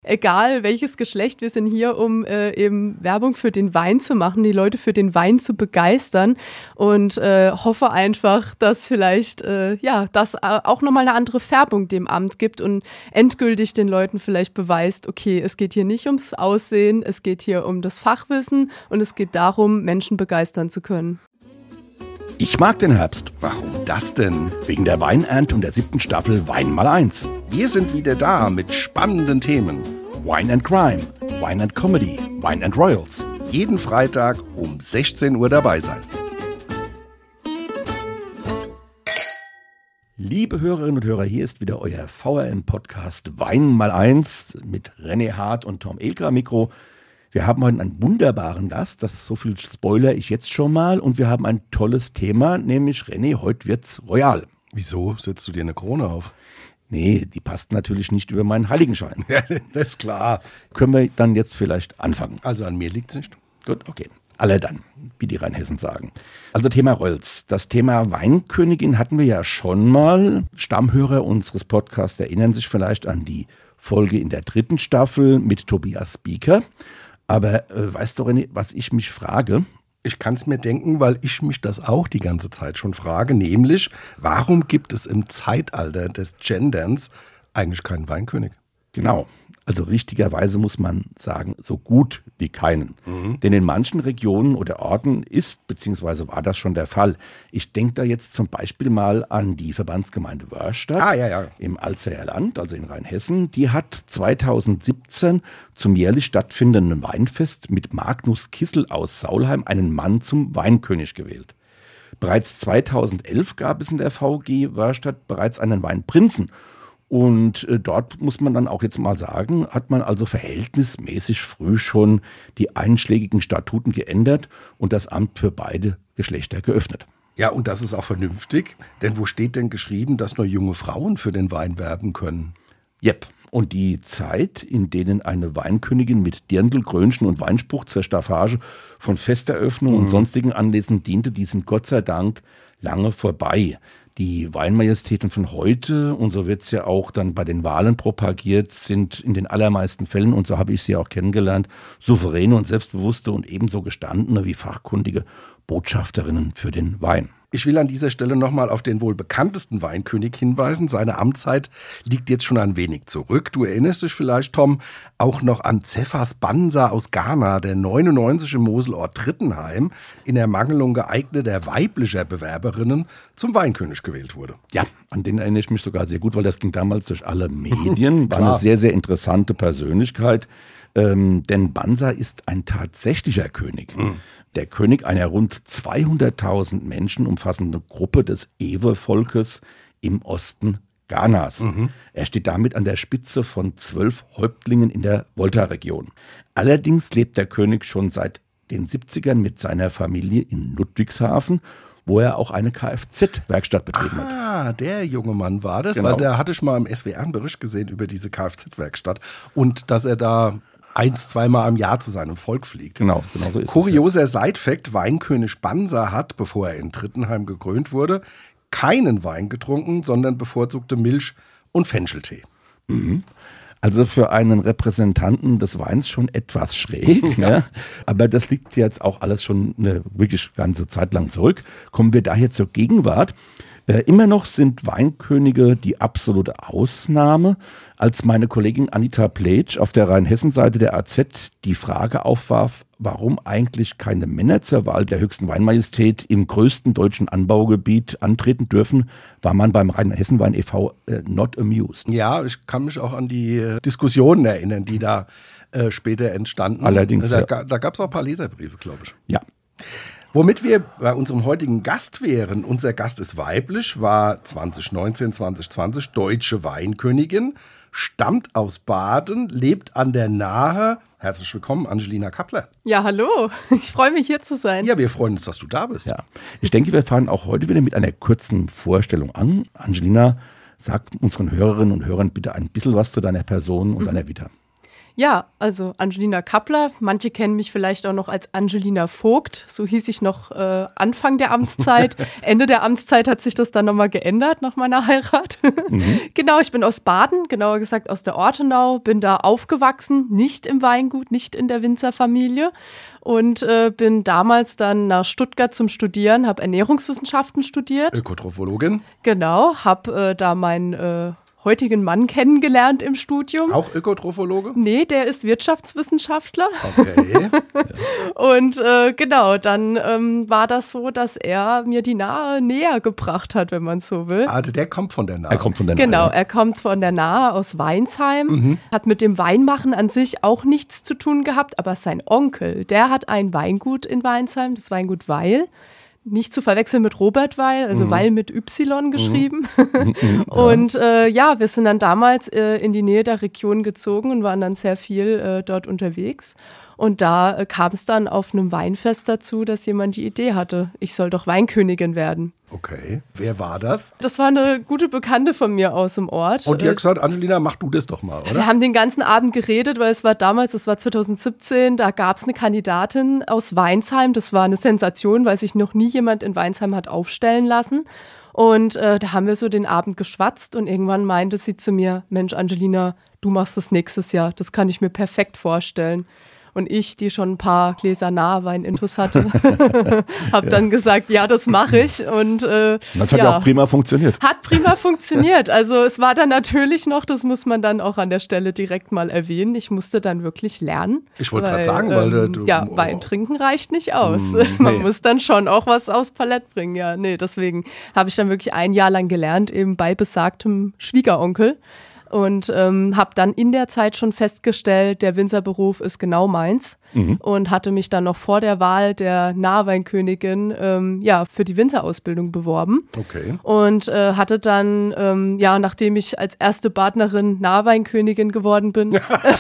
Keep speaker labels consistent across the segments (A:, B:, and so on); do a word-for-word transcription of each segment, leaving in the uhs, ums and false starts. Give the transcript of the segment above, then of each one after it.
A: egal welches Geschlecht, wir sind hier, um äh, eben Werbung für den Wein zu machen, die Leute für den Wein zu begeistern und äh, hoffe einfach, dass vielleicht äh, ja das auch nochmal eine andere Färbung dem Amt gibt und endgültig den Leuten vielleicht beweist, okay, es geht hier nicht ums Aussehen, es geht hier um das Fachwissen und es geht darum, Menschen begeistern zu können.
B: Ich mag den Herbst. Warum das denn? Wegen der Weinernte der siebten Staffel Wein mal eins.
C: Wir sind wieder da mit spannenden Themen.
B: Wine and Crime, Wine and Comedy, Wine and Royals.
C: Jeden Freitag um sechzehn Uhr dabei sein.
B: Liebe Hörerinnen und Hörer, hier ist wieder euer V R M-Podcast Wein mal eins mit René Hart und Tom Elker am Mikro. Wir haben heute einen wunderbaren Gast, das ist so viel Spoiler ich jetzt schon mal. Und wir haben ein tolles Thema, nämlich René, heute wird's royal.
C: Wieso setzt du dir eine Krone auf?
B: Nee, die passt natürlich nicht über meinen Heiligenschein.
C: Ja, das ist klar.
B: Können wir dann jetzt vielleicht anfangen?
C: Also an mir liegt's nicht.
B: Gut, okay. Alle dann, wie die Rheinhessen sagen. Also Thema Royals. Das Thema Weinkönigin hatten wir ja schon mal. Stammhörer unseres Podcasts erinnern sich vielleicht an die Folge in der dritten Staffel mit Tobias Bieker. Aber äh, weißt du, René, was ich mich frage?
C: Ich kann es mir denken, weil ich mich das auch die ganze Zeit schon frage, nämlich, warum gibt es im Zeitalter des Genderns eigentlich keinen Weinkönig?
B: Genau, also richtigerweise muss man sagen, so gut wie keinen. Mhm. Denn in manchen Regionen oder Orten ist, beziehungsweise war das schon der Fall. Ich denke da jetzt zum Beispiel mal an die Verbandsgemeinde Wörstadt
C: ah, ja, ja.
B: im Alzeyer Land, also in Rheinhessen. Die hat zweitausendsiebzehn zum jährlich stattfindenden Weinfest mit Magnus Kissel aus Saulheim einen Mann zum Weinkönig gewählt. Bereits zweitausendelf gab es in der V G Wörstadt bereits einen Weinprinzen. Und äh, dort muss man dann auch jetzt mal sagen, hat man also verhältnismäßig früh schon die einschlägigen Statuten geändert und das Amt für beide Geschlechter geöffnet.
C: Ja, und das ist auch vernünftig, denn wo steht denn geschrieben, dass nur junge Frauen für den Wein werben können?
B: Jep. Und die Zeit, in denen eine Weinkönigin mit Dirndl, Krönchen und Weinspruch zur Staffage von Festeröffnung mhm. und sonstigen Anlässen diente, die sind Gott sei Dank lange vorbei. Die Weinmajestäten von heute, und so wird es ja auch dann bei den Wahlen propagiert, sind in den allermeisten Fällen, und so habe ich sie auch kennengelernt, souveräne und selbstbewusste und ebenso gestandene wie fachkundige Botschafterinnen für den Wein.
C: Ich will an dieser Stelle nochmal auf den wohl bekanntesten Weinkönig hinweisen. Seine Amtszeit liegt jetzt schon ein wenig zurück. Du erinnerst dich vielleicht, Tom, auch noch an Cephas Banza aus Ghana, der neunundneunzig im Moselort Trittenheim in Ermangelung geeigneter weiblicher Bewerberinnen zum Weinkönig gewählt wurde.
B: Ja, an den erinnere ich mich sogar sehr gut, weil das ging damals durch alle Medien. War eine sehr, sehr interessante Persönlichkeit. Ähm, denn Banza ist ein tatsächlicher König. Mhm. Der König einer rund zweihunderttausend Menschen umfassenden Gruppe des Ewe-Volkes im Osten Ghanas. Mhm. Er steht damit an der Spitze von zwölf Häuptlingen in der Volta-Region. Allerdings lebt der König schon seit den siebzigern mit seiner Familie in Ludwigshafen, wo er auch eine Kfz-Werkstatt betrieben
C: ah,
B: hat.
C: Ah, der junge Mann war das,
B: genau.
C: Weil da hatte ich mal im S W R einen Bericht gesehen über diese Kfz-Werkstatt und dass er da eins, zweimal im Jahr zu seinem Volk fliegt.
B: Genau, genau so ist es.
C: Kurioser Side-Fact, Weinkönig Banza hat, bevor er in Trittenheim gekrönt wurde, keinen Wein getrunken, sondern bevorzugte Milch und Fencheltee.
B: Mhm. Also für einen Repräsentanten des Weins schon etwas schräg. Ja. Aber das liegt jetzt auch alles schon eine wirklich ganze Zeit lang zurück. Kommen wir daher zur Gegenwart. Äh, immer noch sind Weinkönige die absolute Ausnahme. Als meine Kollegin Anita Pletsch auf der Rheinhessen-Seite der A Z die Frage aufwarf, warum eigentlich keine Männer zur Wahl der höchsten Weinmajestät im größten deutschen Anbaugebiet antreten dürfen, war man beim Rheinhessen-Wein e V äh, not amused.
C: Ja, ich kann mich auch an die äh, Diskussionen erinnern, die da äh, später entstanden.
B: Allerdings,
C: Da,
B: ja.
C: da gab es auch ein paar Leserbriefe, glaube ich.
B: Ja.
C: Womit wir bei unserem heutigen Gast wären, unser Gast ist weiblich, war zwanzig neunzehn, zwanzig zwanzig deutsche Weinkönigin, stammt aus Baden, lebt an der Nahe. Herzlich willkommen, Angelina Kappler.
A: Ja, hallo. Ich freue mich, hier zu sein.
C: Ja, wir freuen uns, dass du da bist.
B: Ja. Ich denke, wir fangen auch heute wieder mit einer kurzen Vorstellung an. Angelina, sag unseren Hörerinnen und Hörern bitte ein bisschen was zu deiner Person und mhm. deiner Vita.
A: Ja, also Angelina Kappler. Manche kennen mich vielleicht auch noch als Angelina Vogt. So hieß ich noch äh, Anfang der Amtszeit. Ende der Amtszeit hat sich das dann nochmal geändert nach meiner Heirat. Mhm. Genau, ich bin aus Baden, genauer gesagt aus der Ortenau. Bin da aufgewachsen, nicht im Weingut, nicht in der Winzerfamilie. Und äh, bin damals dann nach Stuttgart zum Studieren, habe Ernährungswissenschaften studiert.
C: Ökotrophologin.
A: Genau, habe äh, da meinen äh, heutigen Mann kennengelernt im Studium.
C: Auch Ökotrophologe?
A: Nee, der ist Wirtschaftswissenschaftler.
C: Okay.
A: Und äh, genau, dann ähm, war das so, dass er mir die Nahe näher gebracht hat, wenn man so will.
C: Also der kommt von der Nahe.
B: Er kommt von der Nahe.
A: Genau, er kommt von der Nahe aus Weinsheim, mhm. hat mit dem Weinmachen an sich auch nichts zu tun gehabt, aber sein Onkel, der hat ein Weingut in Weinsheim, das Weingut Weil. Nicht zu verwechseln mit Robert Weil, also mhm. Weil mit Y geschrieben. Mhm. Und äh, ja, wir sind dann damals äh, in die Nähe der Region gezogen und waren dann sehr viel äh, dort unterwegs. Und da äh, kam es dann auf einem Weinfest dazu, dass jemand die Idee hatte, ich soll doch Weinkönigin werden.
C: Okay, wer war das?
A: Das war eine gute Bekannte von mir aus dem Ort.
C: Und die hat gesagt, Angelina, mach du das doch mal, oder?
A: Wir haben den ganzen Abend geredet, weil es war damals, das war zwanzig siebzehn, da gab es eine Kandidatin aus Weinsheim. Das war eine Sensation, weil sich noch nie jemand in Weinsheim hat aufstellen lassen. Und äh, da haben wir so den Abend geschwatzt und irgendwann meinte sie zu mir, Mensch Angelina, du machst das nächstes Jahr, das kann ich mir perfekt vorstellen. Und ich, die schon ein paar Gläser Nahwein-Intus hatte, habe ja. dann gesagt, ja, das mache ich. Und äh,
B: das hat ja. ja auch prima funktioniert.
A: Hat prima funktioniert. Also es war dann natürlich noch, das muss man dann auch an der Stelle direkt mal erwähnen, ich musste dann wirklich lernen.
C: Ich wollte gerade sagen, weil ähm,
A: du, ja, oh. Wein trinken reicht nicht aus. Mm, man nee. muss dann schon auch was aufs Palett bringen. Ja, nee, deswegen habe ich dann wirklich ein Jahr lang gelernt, eben bei besagtem Schwiegeronkel. Und ähm, habe dann in der Zeit schon festgestellt, der Winzerberuf ist genau meins mhm. und hatte mich dann noch vor der Wahl der Nahweinkönigin ähm, ja, für die Winzerausbildung beworben.
C: Okay.
A: Und äh, hatte dann, ähm, ja, nachdem ich als erste Badnerin Nahweinkönigin geworden bin,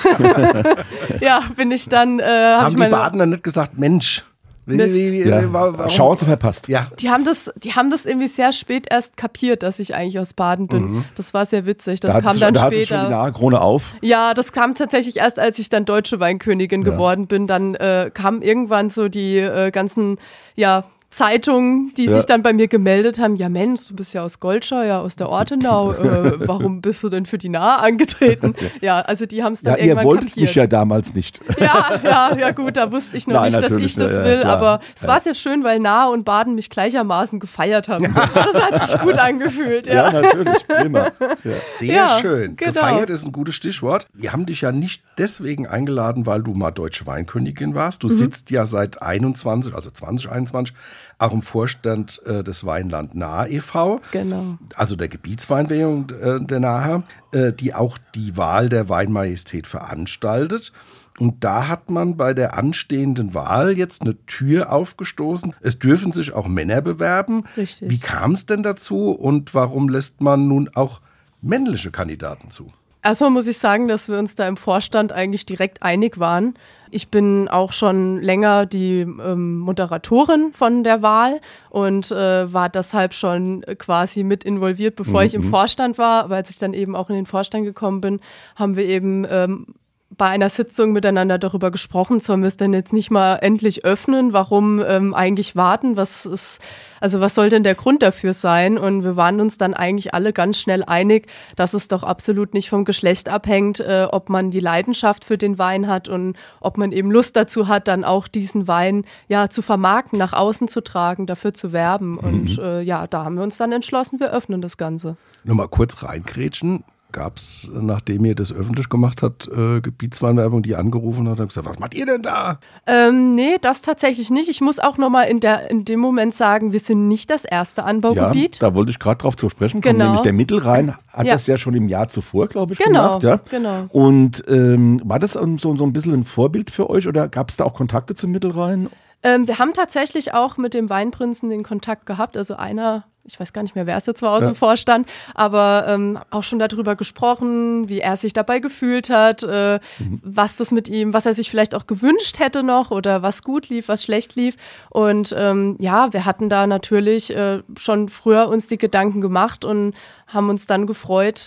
A: ja, bin ich dann... Äh, hab
C: Haben
A: ich
C: die
A: meine,
C: Badner nicht gesagt, Mensch... Wie, wie, wie,
B: ja.
C: warum?
B: Chance verpasst.
C: Ja.
A: Die haben das, die haben das irgendwie sehr spät erst kapiert, dass ich eigentlich aus Baden bin. Mhm. Das war sehr witzig. Das
B: da
A: kam dann
B: da
A: später.
B: Schon die nahe Krone auf.
A: Ja, das kam tatsächlich erst, als ich dann deutsche Weinkönigin ja. geworden bin. Dann äh, kamen irgendwann so die äh, ganzen, ja, Zeitungen, die ja. sich dann bei mir gemeldet haben, ja Mensch, du bist ja aus Goldschau, ja aus der Ortenau, äh, warum bist du denn für die Nahe angetreten? Ja, also die haben es dann
B: ja,
A: irgendwann
B: ihr wolltet
A: kapiert.
B: Mich ja damals nicht.
A: Ja, ja, ja gut, da wusste ich noch
B: Nein,
A: nicht, dass ich das
B: ja,
A: will,
B: klar.
A: aber es
B: ja.
A: war sehr schön, weil Nahe und Baden mich gleichermaßen gefeiert haben. Das hat sich gut angefühlt. Ja,
B: ja natürlich, prima. Ja.
C: Sehr
A: ja,
C: schön.
A: Genau.
C: Gefeiert ist ein gutes Stichwort. Wir haben dich ja nicht deswegen eingeladen, weil du mal deutsche Weinkönigin warst. Du mhm. sitzt ja seit einundzwanzig, also zwanzig einundzwanzig, auch im Vorstand äh, des Weinland Nahe e V,
A: genau.
C: also der Gebietsweinwährung äh, der Nahe, äh, die auch die Wahl der Weinmajestät veranstaltet. Und da hat man bei der anstehenden Wahl jetzt eine Tür aufgestoßen. Es dürfen sich auch Männer bewerben.
A: Richtig.
C: Wie kam es denn dazu und warum lässt man nun auch männliche Kandidaten zu?
A: Erstmal muss ich sagen, dass wir uns da im Vorstand eigentlich direkt einig waren. Ich bin auch schon länger die ähm, Moderatorin von der Wahl und äh, war deshalb schon quasi mit involviert, bevor mhm. ich im Vorstand war. Aber als ich dann eben auch in den Vorstand gekommen bin, haben wir eben ähm, bei einer Sitzung miteinander darüber gesprochen, sollen wir es denn jetzt nicht mal endlich öffnen? Warum ähm, eigentlich warten? Was ist, also was soll denn der Grund dafür sein? Und wir waren uns dann eigentlich alle ganz schnell einig, dass es doch absolut nicht vom Geschlecht abhängt, äh, ob man die Leidenschaft für den Wein hat und ob man eben Lust dazu hat, dann auch diesen Wein ja zu vermarkten, nach außen zu tragen, dafür zu werben. Mhm. Und äh, ja, da haben wir uns dann entschlossen, wir öffnen das Ganze.
C: Nur mal kurz reingrätschen. Gab es, nachdem ihr das öffentlich gemacht habt, äh, Gebietsweinwerbung, die angerufen hat und gesagt, was macht ihr denn da?
A: Ähm, nee, das tatsächlich nicht. Ich muss auch nochmal in, in dem Moment sagen, wir sind nicht das erste Anbaugebiet.
B: Ja, da wollte ich gerade drauf zu sprechen kommen,
A: genau.
B: nämlich der Mittelrhein hat
A: ja.
B: das ja schon im Jahr zuvor, glaube ich,
A: genau,
B: gemacht. Ja?
A: Genau.
B: Und ähm, war das so, so ein bisschen ein Vorbild für euch oder gab es da auch Kontakte zum Mittelrhein?
A: Ähm, wir haben tatsächlich auch mit dem Weinprinzen den Kontakt gehabt, also einer, ich weiß gar nicht mehr, wer es jetzt war aus ja. dem Vorstand, aber ähm, auch schon darüber gesprochen, wie er sich dabei gefühlt hat, äh, mhm. was das mit ihm, was er sich vielleicht auch gewünscht hätte noch oder was gut lief, was schlecht lief. Und ähm, ja, wir hatten da natürlich äh, schon früher uns die Gedanken gemacht und haben uns dann gefreut,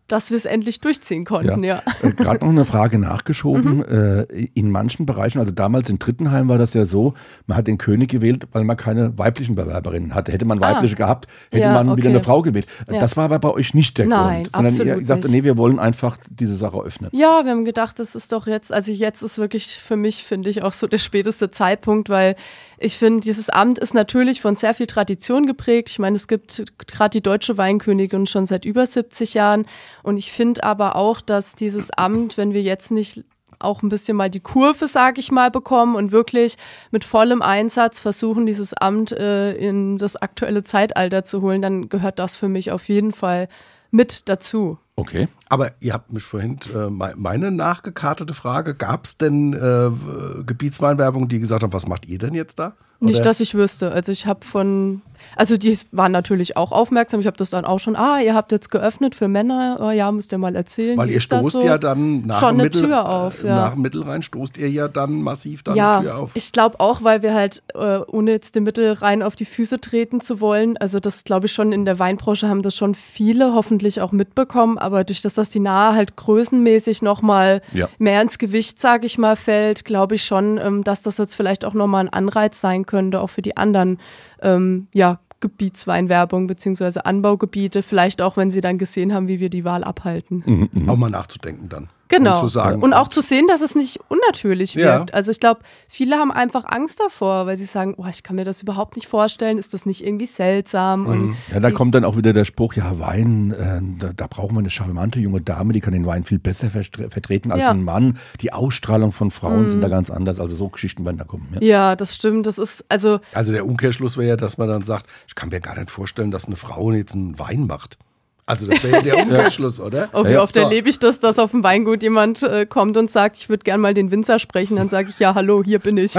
A: dass wir es endlich durchziehen konnten, ja.
B: ja. Äh, Gerade noch eine Frage nachgeschoben.
A: Mhm.
B: Äh, in manchen Bereichen, also damals in Trittenheim war das ja so, man hat den König gewählt, weil man keine weiblichen Bewerberinnen hatte. Hätte man weibliche ah. gehabt, hätte
A: ja,
B: man
A: okay.
B: wieder eine Frau gewählt.
A: Ja.
B: Das war aber bei euch nicht der
A: Nein,
B: Grund, sondern
A: absolut
B: ihr gesagt,
A: nicht.
B: nee, wir wollen einfach diese Sache öffnen.
A: Ja, wir haben gedacht, das ist doch jetzt, also jetzt ist wirklich für mich, finde ich, auch so der späteste Zeitpunkt, weil ich finde, dieses Amt ist natürlich von sehr viel Tradition geprägt. Ich meine, es gibt gerade die deutsche Weinkönigin schon seit über siebzig Jahren und ich finde aber auch, dass dieses Amt, wenn wir jetzt nicht auch ein bisschen mal die Kurve, sage ich mal, bekommen und wirklich mit vollem Einsatz versuchen, dieses Amt äh, in das aktuelle Zeitalter zu holen, dann gehört das für mich auf jeden Fall mit dazu.
B: Okay.
C: Aber ihr habt mich vorhin, äh, meine nachgekartete Frage, gab es denn äh, Gebietsweinwerbung, die gesagt haben, was macht ihr denn jetzt da? Oder?
A: Nicht, dass ich wüsste. Also ich habe von, also die waren natürlich auch aufmerksam. Ich habe das dann auch schon, ah, ihr habt jetzt geöffnet für Männer. Oh, ja, müsst ihr mal erzählen.
C: Weil ihr stoßt so? ja dann nach
A: schon
C: dem
A: eine
C: Mittel,
A: Tür auf. Ja.
C: Nach dem Mittelrhein stoßt ihr ja dann massiv dann
A: ja,
C: eine Tür auf.
A: Ich glaube auch, weil wir halt, äh, ohne jetzt den Mittelrhein auf die Füße treten zu wollen, also das glaube ich schon in der Weinbranche haben das schon viele hoffentlich auch mitbekommen, aber durch das, dass die Nahe halt größenmäßig nochmal
B: ja.
A: mehr ins Gewicht, sage ich mal, fällt, glaube ich schon, ähm, dass das jetzt vielleicht auch nochmal ein Anreiz sein könnte, auch für die anderen ähm, ja, Gebietsweinwerbung beziehungsweise Anbaugebiete, vielleicht auch, wenn sie dann gesehen haben, wie wir die Wahl abhalten.
B: Mhm, mh.
C: Auch mal nachzudenken dann.
A: Genau.
C: Und, zu sagen,
A: und auch zu sehen, dass es nicht unnatürlich wirkt.
C: Ja.
A: Also ich glaube, viele haben einfach Angst davor, weil sie sagen, oh, ich kann mir das überhaupt nicht vorstellen, ist das nicht irgendwie seltsam?
C: Mhm.
A: Und
B: ja, da kommt dann auch wieder der Spruch, ja, Wein, äh, da, da brauchen wir eine charmante junge Dame, die kann den Wein viel besser verstre- vertreten als
A: ja.
B: ein Mann. Die Ausstrahlung von Frauen
A: mhm.
B: sind da ganz anders. Also so Geschichten werden da kommen. Ja,
A: ja das stimmt. Das ist, also
C: Also der Umkehrschluss wäre ja, dass man dann sagt, ich kann mir gar nicht vorstellen, dass eine Frau jetzt einen Wein macht. Also das wäre ja der Umkehrschluss, oder?
A: Oh, wie
B: ja,
A: oft
C: so.
A: erlebe ich das, dass auf dem Weingut jemand äh, kommt und sagt, ich würde gerne mal den Winzer sprechen. Dann sage ich, ja, hallo, hier bin ich.
B: ja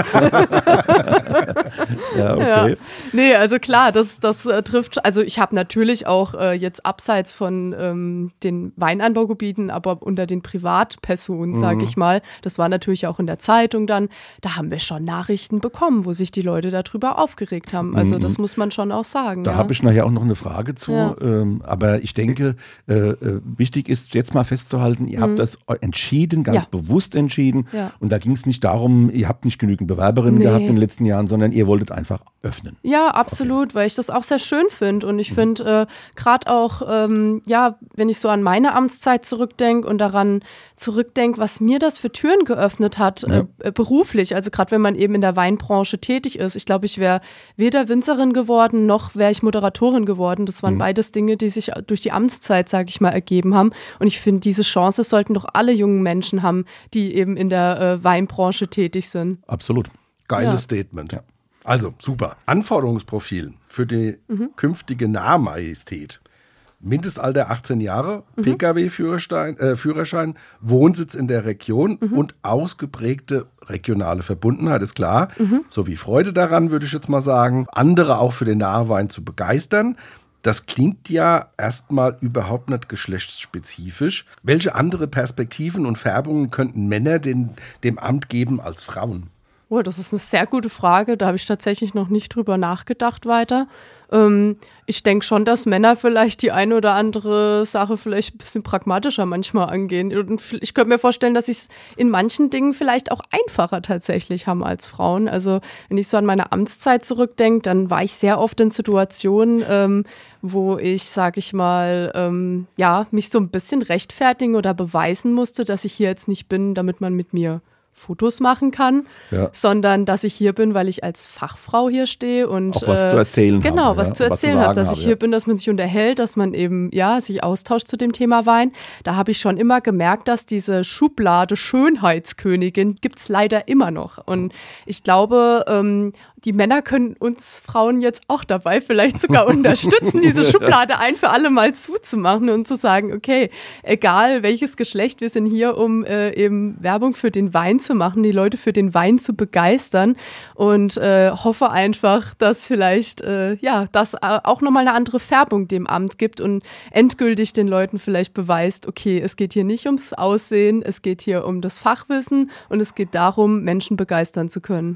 B: okay.
A: Ja. Nee, also klar, das, das äh, trifft, also ich habe natürlich auch äh, jetzt abseits von ähm, den Weinanbaugebieten, aber unter den Privatpersonen, sage
C: Mhm.
A: ich mal, das war natürlich auch in der Zeitung dann, da haben wir schon Nachrichten bekommen, wo sich die Leute darüber aufgeregt haben. Also
B: Mhm.
A: das muss man schon auch sagen.
B: Da
A: ja.
B: habe ich nachher auch noch eine Frage zu,
A: Ja.
B: ähm, aber ich denke, äh, äh, wichtig ist jetzt mal festzuhalten, ihr
A: Mhm.
B: habt das entschieden, ganz
A: Ja.
B: bewusst entschieden
A: Ja.
B: und da ging es nicht darum, ihr habt nicht genügend Bewerberinnen
A: Nee.
B: gehabt in den letzten Jahren, sondern ihr wolltet einfach öffnen.
A: Ja, absolut, weil ich das auch sehr schön finde. Und ich finde äh, gerade auch, ähm, ja, wenn ich so an meine Amtszeit zurückdenke und daran zurückdenke, was mir das für Türen geöffnet hat,
B: Ja.
A: äh, beruflich, also gerade wenn man eben in der Weinbranche tätig ist. Ich glaube, ich wäre weder Winzerin geworden, noch wäre ich Moderatorin geworden. Das waren
B: Mhm.
A: beides Dinge, die sich durch die Amtszeit, sage ich mal, ergeben haben. Und ich finde, diese Chance sollten doch alle jungen Menschen haben, die eben in der äh, Weinbranche tätig sind.
B: Absolut.
C: Geiles
A: Ja.
C: Statement.
B: Ja.
C: Also, super. Anforderungsprofil für die
A: Mhm.
C: künftige Nahmajestät. Mindestalter achtzehn Jahre,
A: Mhm.
C: Pkw-Führerschein, äh, Führerschein, Wohnsitz in der Region
A: Mhm.
C: und ausgeprägte regionale Verbundenheit, ist klar.
A: Mhm.
C: Sowie Freude daran, würde ich jetzt mal sagen, andere auch für den Nahewein zu begeistern. Das klingt ja erstmal überhaupt nicht geschlechtsspezifisch. Welche andere Perspektiven und Färbungen könnten Männer den, dem Amt geben als Frauen?
A: Oh, das ist eine sehr gute Frage. Da habe ich tatsächlich noch nicht drüber nachgedacht weiter. Ähm, ich denke schon, dass Männer vielleicht die eine oder andere Sache vielleicht ein bisschen pragmatischer manchmal angehen. Und ich könnte mir vorstellen, dass sie es in manchen Dingen vielleicht auch einfacher tatsächlich haben als Frauen. Also wenn ich so an meine Amtszeit zurückdenke, dann war ich sehr oft in Situationen, ähm, wo ich, sage ich mal, ähm, ja, mich so ein bisschen rechtfertigen oder beweisen musste, dass ich hier jetzt nicht bin, damit man mit mir Fotos machen kann,
B: Ja.
A: sondern dass ich hier bin, weil ich als Fachfrau hier stehe und
B: Auch was
A: äh,
B: zu erzählen
A: genau,
B: habe,
A: was
B: ja,
A: zu
B: was zu
A: erzählen habe,
B: sagen
A: dass
B: habe,
A: ich hier
B: ja.
A: bin, dass man sich unterhält, dass man eben ja sich austauscht zu dem Thema Wein. Da habe ich schon immer gemerkt, dass diese Schublade Schönheitskönigin gibt's leider immer noch. Und ich glaube, ähm, die Männer können uns Frauen jetzt auch dabei vielleicht sogar unterstützen, diese Schublade ein für alle Mal zuzumachen und zu sagen, okay, egal welches Geschlecht, wir sind hier, um äh, eben Werbung für den Wein zu machen, die Leute für den Wein zu begeistern und äh, hoffe einfach, dass vielleicht äh, ja das auch nochmal eine andere Färbung dem Amt gibt und endgültig den Leuten vielleicht beweist, okay, es geht hier nicht ums Aussehen, es geht hier um das Fachwissen und es geht darum, Menschen begeistern zu können.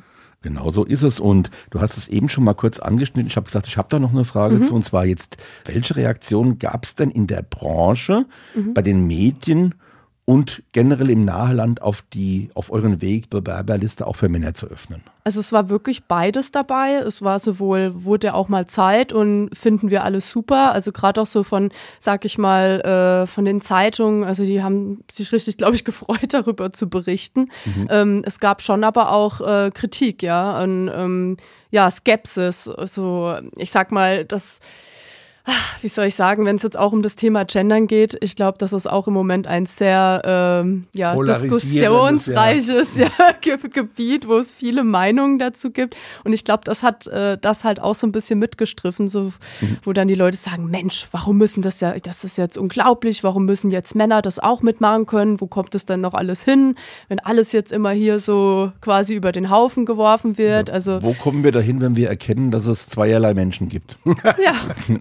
B: Genau so ist es. Und du hast es eben schon mal kurz angeschnitten. Ich habe gesagt, ich habe da noch eine Frage mhm. zu. Und zwar jetzt, welche Reaktionen gab es denn in der Branche, mhm. bei den Medien und generell im Naheland auf die, auf euren Weg, Bewerberliste auch für Männer zu öffnen?
A: Also es war wirklich beides dabei. Es war sowohl, wurde auch mal Zeit und finden wir alles super. Also gerade auch so von, sag ich mal, äh, von den Zeitungen, also die haben sich richtig, glaube ich, gefreut, darüber zu berichten. Mhm. Ähm, es gab schon aber auch äh, Kritik, ja, und ähm, ja, Skepsis. So, ich sag mal, das wie soll ich sagen, wenn es jetzt auch um das Thema Gendern geht, ich glaube, das ist auch im Moment ein sehr ähm, ja, diskussionsreiches ja. Ja, Gebiet, wo es viele Meinungen dazu gibt. Und ich glaube, das hat äh, das halt auch so ein bisschen mitgestriffen, so, mhm. wo dann die Leute sagen, Mensch, warum müssen das ja, das ist jetzt unglaublich, warum müssen jetzt Männer das auch mitmachen können? Wo kommt es denn noch alles hin, wenn alles jetzt immer hier so quasi über den Haufen geworfen wird?
B: Ja.
A: Also,
B: wo kommen wir dahin, wenn wir erkennen, dass es zweierlei Menschen gibt?
A: Ja.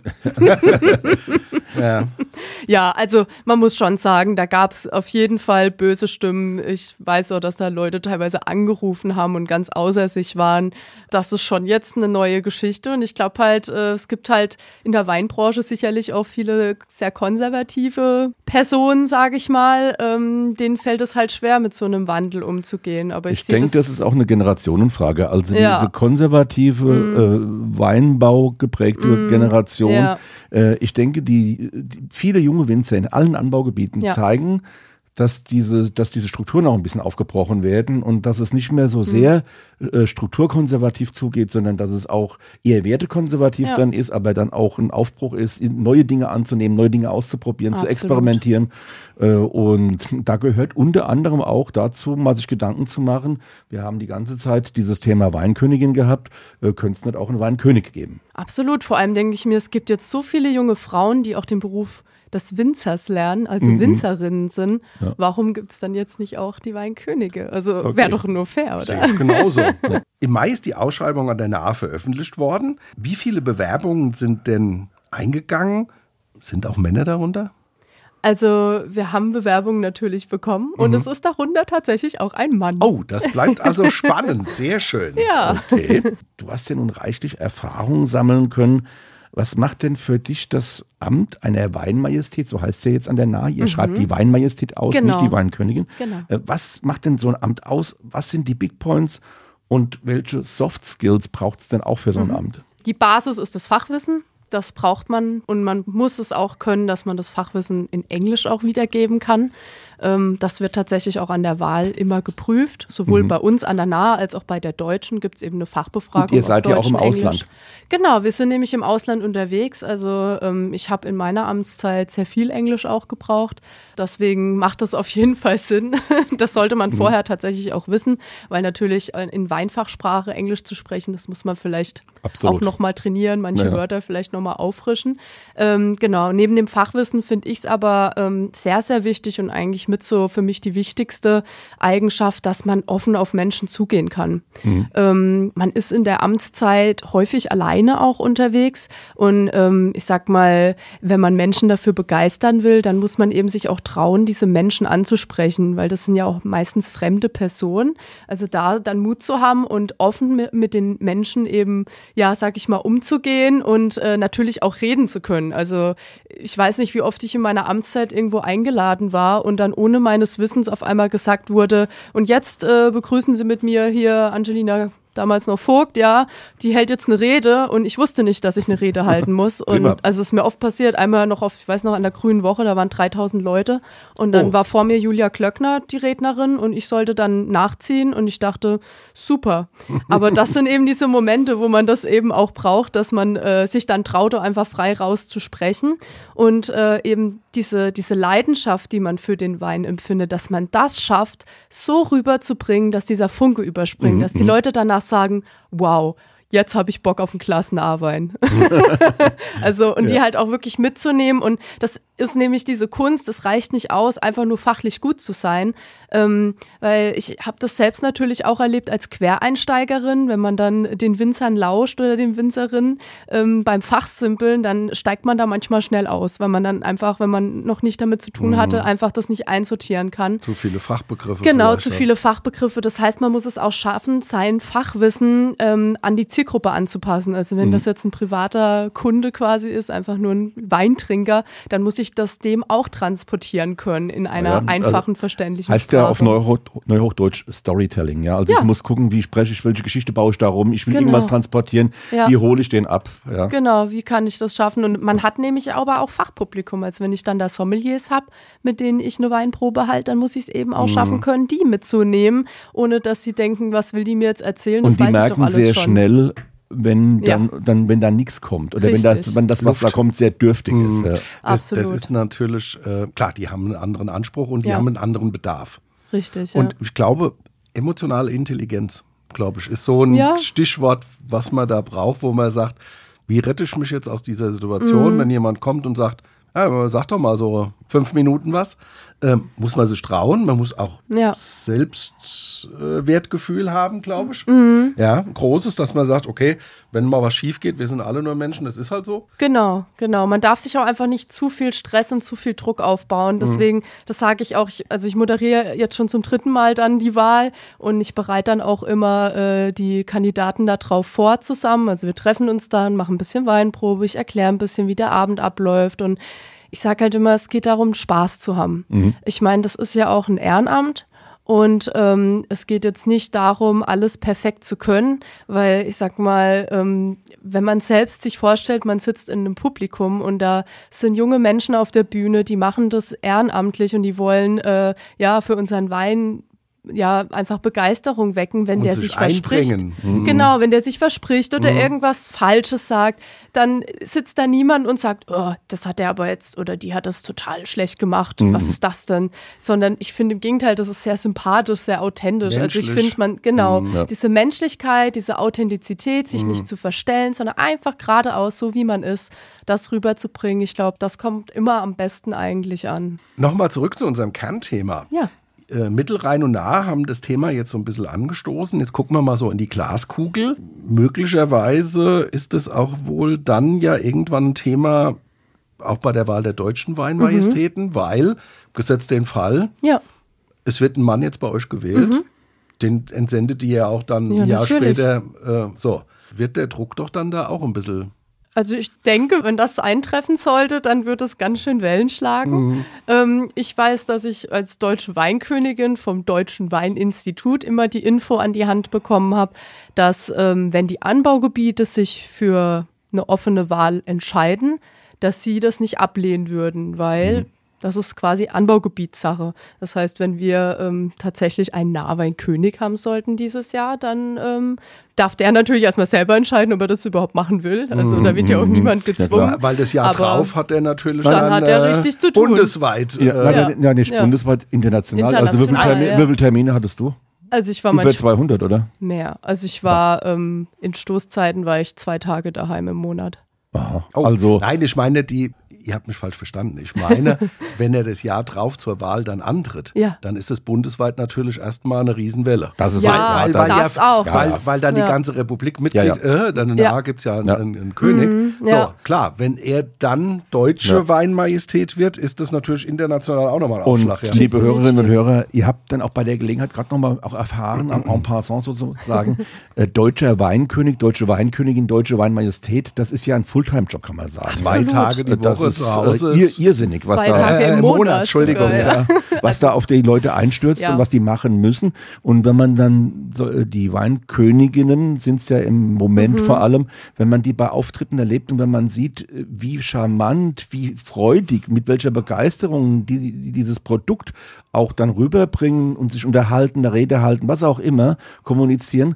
A: ja. ja, also man muss schon sagen, da gab es auf jeden Fall böse Stimmen. Ich weiß auch, dass da Leute teilweise angerufen haben und ganz außer sich waren. Das ist schon jetzt eine neue Geschichte und ich glaube halt, äh, es gibt halt in der Weinbranche sicherlich auch viele sehr konservative Personen, sage ich mal. Ähm, denen fällt es halt schwer, mit so einem Wandel umzugehen. Aber ich, ich denke,
B: das, das ist auch eine Generationenfrage. Also
A: ja.
B: diese konservative, mm. äh, Weinbau geprägte mm. Generation. Ja. Äh, ich denke, die, die viele junge Winzer in allen Anbaugebieten ja. zeigen, dass diese, dass diese Strukturen auch ein bisschen aufgebrochen werden und dass es nicht mehr so sehr äh, strukturkonservativ zugeht, sondern dass es auch eher wertekonservativ ja. dann ist, aber dann auch ein Aufbruch ist, neue Dinge anzunehmen, neue Dinge auszuprobieren, Absolut. zu experimentieren. Äh, und da gehört unter anderem auch dazu, mal sich Gedanken zu machen, wir haben die ganze Zeit dieses Thema Weinkönigin gehabt, äh, könnte es nicht auch einen Weinkönig geben?
A: Absolut, vor allem denke ich mir, es gibt jetzt so viele junge Frauen, die auch den Beruf des Winzers lernen, also mhm. Winzerinnen sind. Ja. Warum gibt es dann jetzt nicht auch die Weinkönige? Also okay. wäre doch nur fair, oder?
C: Sehe ich genauso. Ja. Im Mai ist die Ausschreibung an der N A A veröffentlicht worden. Wie viele Bewerbungen sind denn eingegangen? Sind auch Männer darunter?
A: Also wir haben Bewerbungen natürlich bekommen und mhm. es ist darunter tatsächlich auch ein Mann.
C: Oh, das bleibt also spannend. Sehr schön.
A: Ja.
B: Okay. Du hast ja nun reichlich Erfahrung sammeln können. Was macht denn für dich das Amt einer Weinmajestät, so heißt es ja jetzt an der N A A, ihr mhm. schreibt die Weinmajestät aus,
A: genau.
B: nicht die Weinkönigin.
A: Genau.
B: Was macht denn so ein Amt aus? Was sind die Big Points und welche Soft Skills braucht es denn auch für so ein mhm. Amt?
A: Die Basis ist das Fachwissen. Das braucht man und man muss es auch können, dass man das Fachwissen in Englisch auch wiedergeben kann. Ähm, das wird tatsächlich auch an der Wahl immer geprüft. Sowohl mhm. bei uns an der N A A als auch bei der Deutschen gibt es eben eine Fachbefragung.
B: Und ihr seid ja auch im
A: Englisch.
B: Ausland.
A: Genau, wir sind nämlich im Ausland unterwegs. Also ähm, ich habe in meiner Amtszeit sehr viel Englisch auch gebraucht. Deswegen macht das auf jeden Fall Sinn. Das sollte man mhm. vorher tatsächlich auch wissen, weil natürlich in Weinfachsprache Englisch zu sprechen, das muss man vielleicht Absolut. auch nochmal trainieren, manche naja. Wörter vielleicht nochmal auffrischen. Ähm, genau, neben dem Fachwissen finde ich es aber ähm, sehr, sehr wichtig und eigentlich mit so für mich die wichtigste Eigenschaft, dass man offen auf Menschen zugehen kann. Mhm. Ähm, man ist in der Amtszeit häufig alleine auch unterwegs und ähm, ich sag mal, wenn man Menschen dafür begeistern will, dann muss man eben sich auch trauen, diese Menschen anzusprechen, weil das sind ja auch meistens fremde Personen. Also da dann Mut zu haben und offen mit, mit den Menschen eben, ja, sag ich mal, umzugehen und äh, natürlich auch reden zu können. Also ich weiß nicht, wie oft ich in meiner Amtszeit irgendwo eingeladen war und dann ohne meines Wissens auf einmal gesagt wurde, und jetzt äh, begrüßen Sie mit mir hier Angelina damals noch Vogt, ja, die hält jetzt eine Rede und ich wusste nicht, dass ich eine Rede halten muss. Und also es ist mir oft passiert, einmal noch auf, ich weiß noch, an der Grünen Woche, da waren dreitausend Leute und dann oh. war vor mir Julia Klöckner, die Rednerin, und ich sollte dann nachziehen und ich dachte, super. Aber das sind eben diese Momente, wo man das eben auch braucht, dass man äh, sich dann traut, einfach frei rauszusprechen und äh, eben diese, diese Leidenschaft, die man für den Wein empfindet, dass man das schafft, so rüberzubringen, dass dieser Funke überspringt, mhm. dass die Leute danach sagen, wow, jetzt habe ich Bock auf einen Klassen-A-Wein. Also, und ja. die halt auch wirklich mitzunehmen. Und das ist nämlich diese Kunst, es reicht nicht aus, einfach nur fachlich gut zu sein, ähm, weil ich habe das selbst natürlich auch erlebt als Quereinsteigerin, wenn man dann den Winzern lauscht oder den Winzerinnen ähm, beim Fachsimpeln, dann steigt man da manchmal schnell aus, weil man dann einfach, wenn man noch nicht damit zu tun hatte, mhm. einfach das nicht einsortieren kann.
C: Zu viele Fachbegriffe.
A: Genau, zu viele Fachbegriffe. Das heißt, man muss es auch schaffen, sein Fachwissen ähm, an die Zielgruppe anzupassen. Also wenn mhm. das jetzt ein privater Kunde quasi ist, einfach nur ein Weintrinker, dann muss ich das dem auch transportieren können in einer ja, einfachen, also verständlichen
B: heißt
A: Sprache.
B: Ja auf Neuhoch, Neuhochdeutsch Storytelling. Ja? Also ja. ich muss gucken, wie spreche ich, welche Geschichte baue ich da rum, ich will genau. irgendwas transportieren, ja. wie hole ich den ab. Ja.
A: Genau, wie kann ich das schaffen? Und man hat nämlich aber auch Fachpublikum. Also wenn ich dann da Sommeliers habe, mit denen ich eine Weinprobe halte, dann muss ich es eben auch mhm. schaffen können, die mitzunehmen, ohne dass sie denken, was will die mir jetzt erzählen, das
B: und die
A: weiß
B: merken
A: ich doch alles
B: sehr
A: schon.
B: schnell, wenn dann, ja. dann, wenn da nichts kommt oder wenn das, wenn das, was Luft. da kommt, sehr dürftig mhm. ist. Ja.
C: Das,
A: Absolut.
C: Das ist natürlich, äh, klar, die haben einen anderen Anspruch und die
A: ja.
C: haben einen anderen Bedarf.
A: Richtig, ja.
C: Und ich glaube, emotionale Intelligenz, glaube ich, ist so ein ja. Stichwort, was man da braucht, wo man sagt, wie rette ich mich jetzt aus dieser Situation, mhm. wenn jemand kommt und sagt, ja, sag doch mal so fünf Minuten was. Ähm, muss man sich trauen, man muss auch ja. Selbstwertgefühl äh, haben, glaube ich. Mhm. Ja, großes, dass man sagt, okay, wenn mal was schief geht, wir sind alle nur Menschen, das ist halt so.
A: Genau, genau. Man darf sich auch einfach nicht zu viel Stress und zu viel Druck aufbauen. Deswegen, mhm. das sage ich auch, ich, also ich moderiere jetzt schon zum dritten Mal dann die Wahl und ich bereite dann auch immer äh, die Kandidaten da drauf vor zusammen. Also wir treffen uns dann, machen ein bisschen Weinprobe, ich erkläre ein bisschen, wie der Abend abläuft und ich sage halt immer, es geht darum, Spaß zu haben. Mhm. Ich meine, das ist ja auch ein Ehrenamt und ähm, es geht jetzt nicht darum, alles perfekt zu können, weil ich sag mal, ähm, wenn man selbst sich vorstellt, man sitzt in einem Publikum und da sind junge Menschen auf der Bühne, die machen das ehrenamtlich und die wollen äh, ja für unseren Wein ja einfach Begeisterung wecken, wenn
C: und
A: der
C: sich
A: sich verspricht.
C: Mhm.
A: Genau, wenn der sich verspricht oder
C: mhm.
A: irgendwas Falsches sagt, dann sitzt da niemand und sagt, oh, das hat der aber jetzt oder die hat das total schlecht gemacht. Mhm. Was ist das denn? Sondern ich finde im Gegenteil, das ist sehr sympathisch, sehr authentisch.
C: Menschlich.
A: Also ich finde man, genau,
C: mhm. ja.
A: diese Menschlichkeit, diese Authentizität, sich mhm. nicht zu verstellen, sondern einfach geradeaus, so wie man ist, das rüberzubringen. Ich glaube, das kommt immer am besten eigentlich an.
C: Nochmal zurück zu unserem Kernthema.
A: Ja.
C: Mittelrhein und Nahe haben das Thema jetzt so ein bisschen angestoßen. Jetzt gucken wir mal so in die Glaskugel. Möglicherweise ist es auch wohl dann ja irgendwann ein Thema, auch bei der Wahl der deutschen Weinmajestäten, mhm. weil, gesetzt den Fall,
A: ja.
C: es wird ein Mann jetzt bei euch gewählt, mhm. den entsendet ihr ja auch dann
A: ja,
C: ein Jahr
A: natürlich.
C: später. Äh, so, wird der Druck doch dann da auch ein bisschen...
A: Also ich denke, wenn das eintreffen sollte, dann wird es ganz schön Wellen schlagen. Mhm. Ähm, ich weiß, dass ich als deutsche Weinkönigin vom Deutschen Weininstitut immer die Info an die Hand bekommen habe, dass ähm, wenn die Anbaugebiete sich für eine offene Wahl entscheiden, dass sie das nicht ablehnen würden, weil... Mhm. Das ist quasi Anbaugebietssache. Das heißt, wenn wir ähm, tatsächlich einen Nahweinkönig haben sollten dieses Jahr, dann ähm, darf der natürlich erstmal selber entscheiden, ob er das überhaupt machen will. Also da wird ja auch niemand gezwungen.
C: Ja, weil das Jahr
A: Aber
C: drauf hat er natürlich
A: dann,
C: dann
A: hat er richtig zu tun.
C: Bundesweit.
B: Ja,
C: äh,
B: ja. ja nicht ja. bundesweit, international.
A: international
B: Also wie viele Termine,
A: ja.
B: wie viele Termine hattest du?
A: Also ich war
B: Über
A: manchmal
B: zweihundert, oder?
A: Mehr. Also ich war ähm, in Stoßzeiten war ich zwei Tage daheim im Monat.
B: Aha.
C: Oh,
B: also
C: nein, ich meine die. Ihr habt mich falsch verstanden. Ich meine, wenn er das Jahr drauf zur Wahl dann antritt,
A: ja.
C: dann ist es bundesweit natürlich erstmal eine Riesenwelle.
B: Das ist
A: ja,
B: weil,
A: weil,
B: das
A: ja, auch.
C: Weil,
A: Das,
C: weil dann
A: ja.
C: die ganze Republik mitkriegt,
B: ja, ja.
C: äh, dann
A: ja.
C: gibt es ja einen,
B: ja.
C: einen, einen König.
A: Mhm,
C: so,
A: ja.
C: klar, wenn er dann deutsche
B: ja.
C: Weinmajestät wird, ist das natürlich international auch nochmal ein
B: und
C: Aufschlag. Ja.
B: liebe Hörerinnen und Hörer, ihr habt dann auch bei der Gelegenheit gerade nochmal auch erfahren, en, en passant sozusagen, äh, deutscher Weinkönig, deutsche Weinkönigin, deutsche Weinmajestät, das ist ja ein Fulltime-Job, kann man sagen.
C: Zwei Tage die
B: das
C: Woche
B: ist,
C: zu Hause
B: äh,
C: ist
B: irrsinnig, was
A: Zwei
B: da
A: Tage im
C: äh,
A: Monat,
C: Monat Entschuldigung,
A: sogar, ja.
B: Ja, was da auf die Leute einstürzt
A: Ja.
B: und was die machen müssen. Und wenn man dann, so, die Weinköniginnen sind es ja im Moment
A: Mhm.
B: vor allem, wenn man die bei Auftritten erlebt und wenn man sieht, wie charmant, wie freudig, mit welcher Begeisterung die, die dieses Produkt auch dann rüberbringen und sich unterhalten, eine Rede halten, was auch immer, kommunizieren.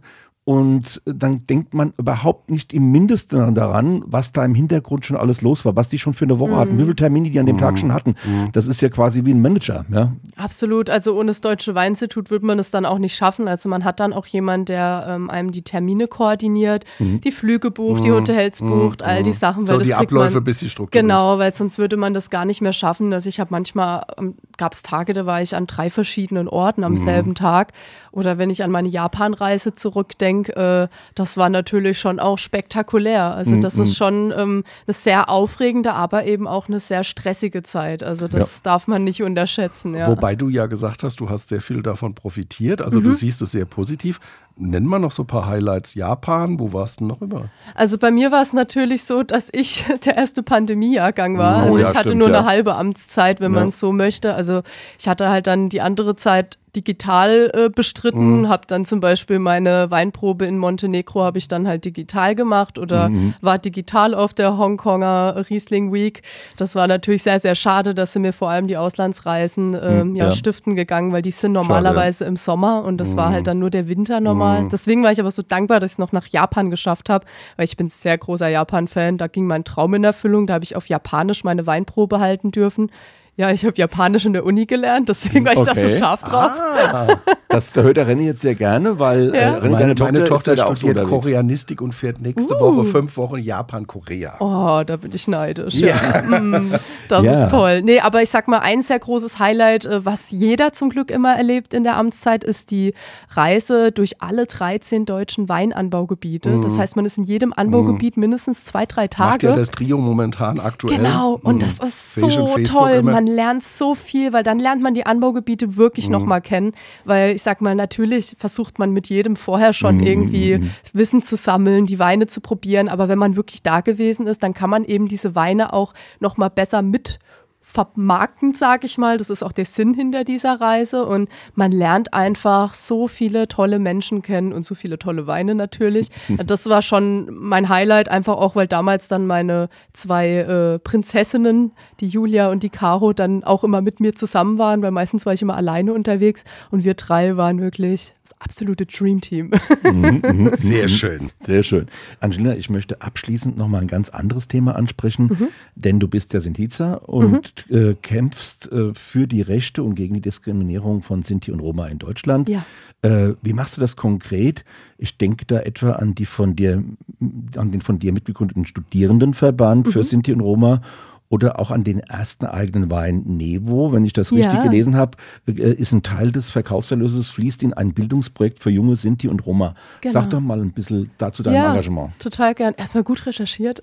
B: Und dann denkt man überhaupt nicht im Mindesten daran, was da im Hintergrund schon alles los war, was die schon für eine Woche mhm. hatten, wie viele Termine die an dem mhm. Tag schon hatten. Mhm. Das ist ja quasi wie ein Manager. Ja?
A: Absolut. Also ohne das Deutsche Weininstitut wird man es dann auch nicht schaffen. Also man hat dann auch jemanden, der ähm, einem die Termine koordiniert, mhm. die Flüge bucht, mhm. die Hotels bucht, mhm. all die Sachen.
C: So
A: weil das
C: die Abläufe
A: man,
C: bis die Struktur.
A: Genau, weil sonst würde man das gar nicht mehr schaffen. Also ich habe manchmal, ähm, gab es Tage, da war ich an drei verschiedenen Orten am mhm. selben Tag. Oder wenn ich an meine Japan-Reise zurückdenke, äh, das war natürlich schon auch spektakulär. Also das mm, ist schon ähm, eine sehr aufregende, aber eben auch eine sehr stressige Zeit. Also das ja. darf man nicht unterschätzen. Ja.
C: Wobei du ja gesagt hast, du hast sehr viel davon profitiert. Also mhm. du siehst es sehr positiv. Nenn mal noch so ein paar Highlights. Japan, wo warst du noch über?
A: Also bei mir war es natürlich so, dass ich der erste Pandemiejahrgang war.
C: Oh,
A: also
C: ja,
A: ich hatte
C: stimmt,
A: nur
C: ja.
A: eine halbe Amtszeit, wenn ja. man es so möchte. Also ich hatte halt dann die andere Zeit digital äh, bestritten, mhm. habe dann zum Beispiel meine Weinprobe in Montenegro habe ich dann halt digital gemacht oder mhm. war digital auf der Hongkonger Riesling Week. Das war natürlich sehr, sehr schade, dass sie mir vor allem die Auslandsreisen ähm, mhm, ja, ja. stiften gegangen, weil die sind normalerweise schade. Im Sommer und das mhm. war halt dann nur der Winter normal. Mhm. Deswegen war ich aber so dankbar, dass ich es noch nach Japan geschafft habe, weil ich bin sehr großer Japan-Fan. Da ging mein Traum in Erfüllung, da habe ich auf Japanisch meine Weinprobe halten dürfen. Ja, ich habe Japanisch in der Uni gelernt, deswegen war ich okay. da so scharf drauf.
B: Ah, das hört der René jetzt sehr gerne, weil
A: ja.
B: äh, René,
C: meine,
B: Tochter,
C: meine Tochter
B: ist
C: studiert
B: auch
C: Koreanistik und fährt nächste
A: uh.
C: Woche fünf Wochen Japan, Korea.
A: Oh, da bin ich neidisch.
C: Ja.
A: Ja. Mm, das
B: ja.
A: ist toll. Nee, aber ich sag mal, ein sehr großes Highlight, was jeder zum Glück immer erlebt in der Amtszeit, ist die Reise durch alle dreizehn deutschen Weinanbaugebiete. Mm. Das heißt, man ist in jedem Anbaugebiet mm. mindestens zwei, drei Tage.
C: Macht ja das Trio momentan aktuell.
A: Genau, und mm. das ist so toll. Immer. Man lernt so viel, weil dann lernt man die Anbaugebiete wirklich mm. nochmal kennen, weil ich sag mal, natürlich versucht man mit jedem vorher schon mm. irgendwie mm. Wissen zu sammeln, die Weine zu probieren, aber wenn man wirklich da gewesen ist, dann kann man eben diese Weine auch nochmal besser mit vermarkten, sage ich mal. Das ist auch der Sinn hinter dieser Reise und man lernt einfach so viele tolle Menschen kennen und so viele tolle Weine natürlich. Das war schon mein Highlight, einfach auch, weil damals dann meine zwei äh, Prinzessinnen, die Julia und die Caro, dann auch immer mit mir zusammen waren, weil meistens war ich immer alleine unterwegs und wir drei waren wirklich das absolute Dreamteam.
B: Mhm, mh,
C: Sehr schön.
B: Sehr schön. Angelina, ich möchte abschließend noch mal ein ganz anderes Thema ansprechen, mhm. denn du bist ja Sintiza und mhm. äh, kämpfst äh, für die Rechte und gegen die Diskriminierung von Sinti und Roma in Deutschland.
A: Ja.
B: Äh, wie machst du das konkret? Ich denke da etwa an die von dir, an den von dir mitgegründeten Studierendenverband mhm. für Sinti und Roma. Oder auch an den ersten eigenen Wein Nevo, wenn ich das richtig
A: ja.
B: gelesen habe, ist ein Teil des Verkaufserlöses, fließt in ein Bildungsprojekt für junge Sinti und Roma. Genau. Sag doch mal ein bisschen dazu dein
A: ja,
B: Engagement.
A: Total gern. Erstmal gut recherchiert.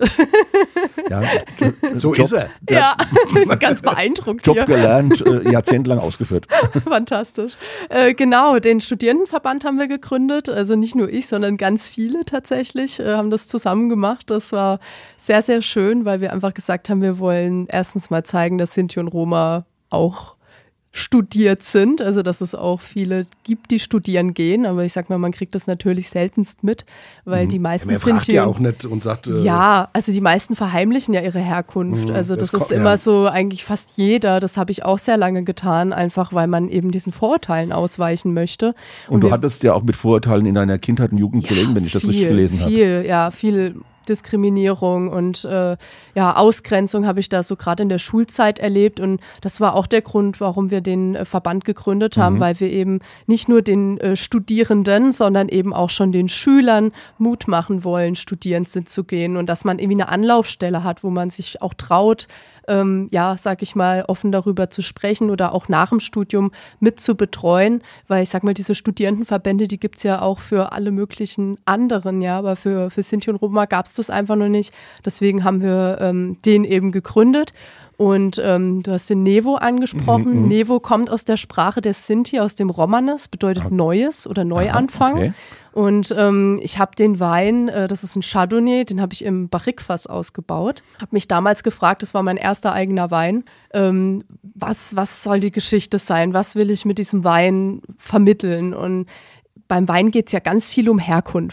B: Ja,
C: so
B: Job,
C: ist er.
A: Ja, ja. Ganz beeindruckt
B: Job
A: hier.
B: gelernt, äh, jahrzehntelang ausgeführt.
A: Fantastisch. Äh, genau, den Studierendenverband haben wir gegründet. Also nicht nur ich, sondern ganz viele tatsächlich äh, haben das zusammen gemacht. Das war sehr, sehr schön, weil wir einfach gesagt haben, wir wollen erstens mal zeigen, dass Sinti und Roma auch studiert sind, also dass es auch viele gibt, die studieren gehen, aber ich sag mal, man kriegt das natürlich seltenst mit, weil mhm. die meisten
C: ja,
A: sind
C: ja auch nicht und sagt äh
A: ja, also die meisten verheimlichen ja ihre Herkunft, mhm, also das, das ist kommt, immer ja. so eigentlich fast jeder, das habe ich auch sehr lange getan, einfach weil man eben diesen Vorurteilen ausweichen möchte.
B: Und, und du wir, hattest ja auch mit Vorurteilen in deiner Kindheit und Jugend ja, zu leben, wenn ich das
A: viel,
B: richtig gelesen habe.
A: Viel, ja, viel Diskriminierung und äh, ja, Ausgrenzung habe ich da so gerade in der Schulzeit erlebt und das war auch der Grund, warum wir den äh, Verband gegründet haben, mhm. weil wir eben nicht nur den äh, Studierenden, sondern eben auch schon den Schülern Mut machen wollen, studieren zu gehen und dass man irgendwie eine Anlaufstelle hat, wo man sich auch traut, Ähm, ja, sag ich mal, offen darüber zu sprechen oder auch nach dem Studium mit zu betreuen, weil ich sag mal, diese Studierendenverbände, die gibt's ja auch für alle möglichen anderen, ja, aber für, für Sinti und Roma gab's das einfach noch nicht. Deswegen haben wir ähm, den eben gegründet. Und ähm, du hast den Nevo angesprochen. Mhm, Nevo kommt aus der Sprache der Sinti, aus dem Romanes, bedeutet okay. Neues oder Neuanfang. Okay. Und ähm, ich habe den Wein, äh, das ist ein Chardonnay, den habe ich im Barrique-Fass ausgebaut. Habe mich damals gefragt, das war mein erster eigener Wein, ähm, was, was soll die Geschichte sein? Was will ich mit diesem Wein vermitteln? Und beim Wein geht es ja ganz viel um Herkunft.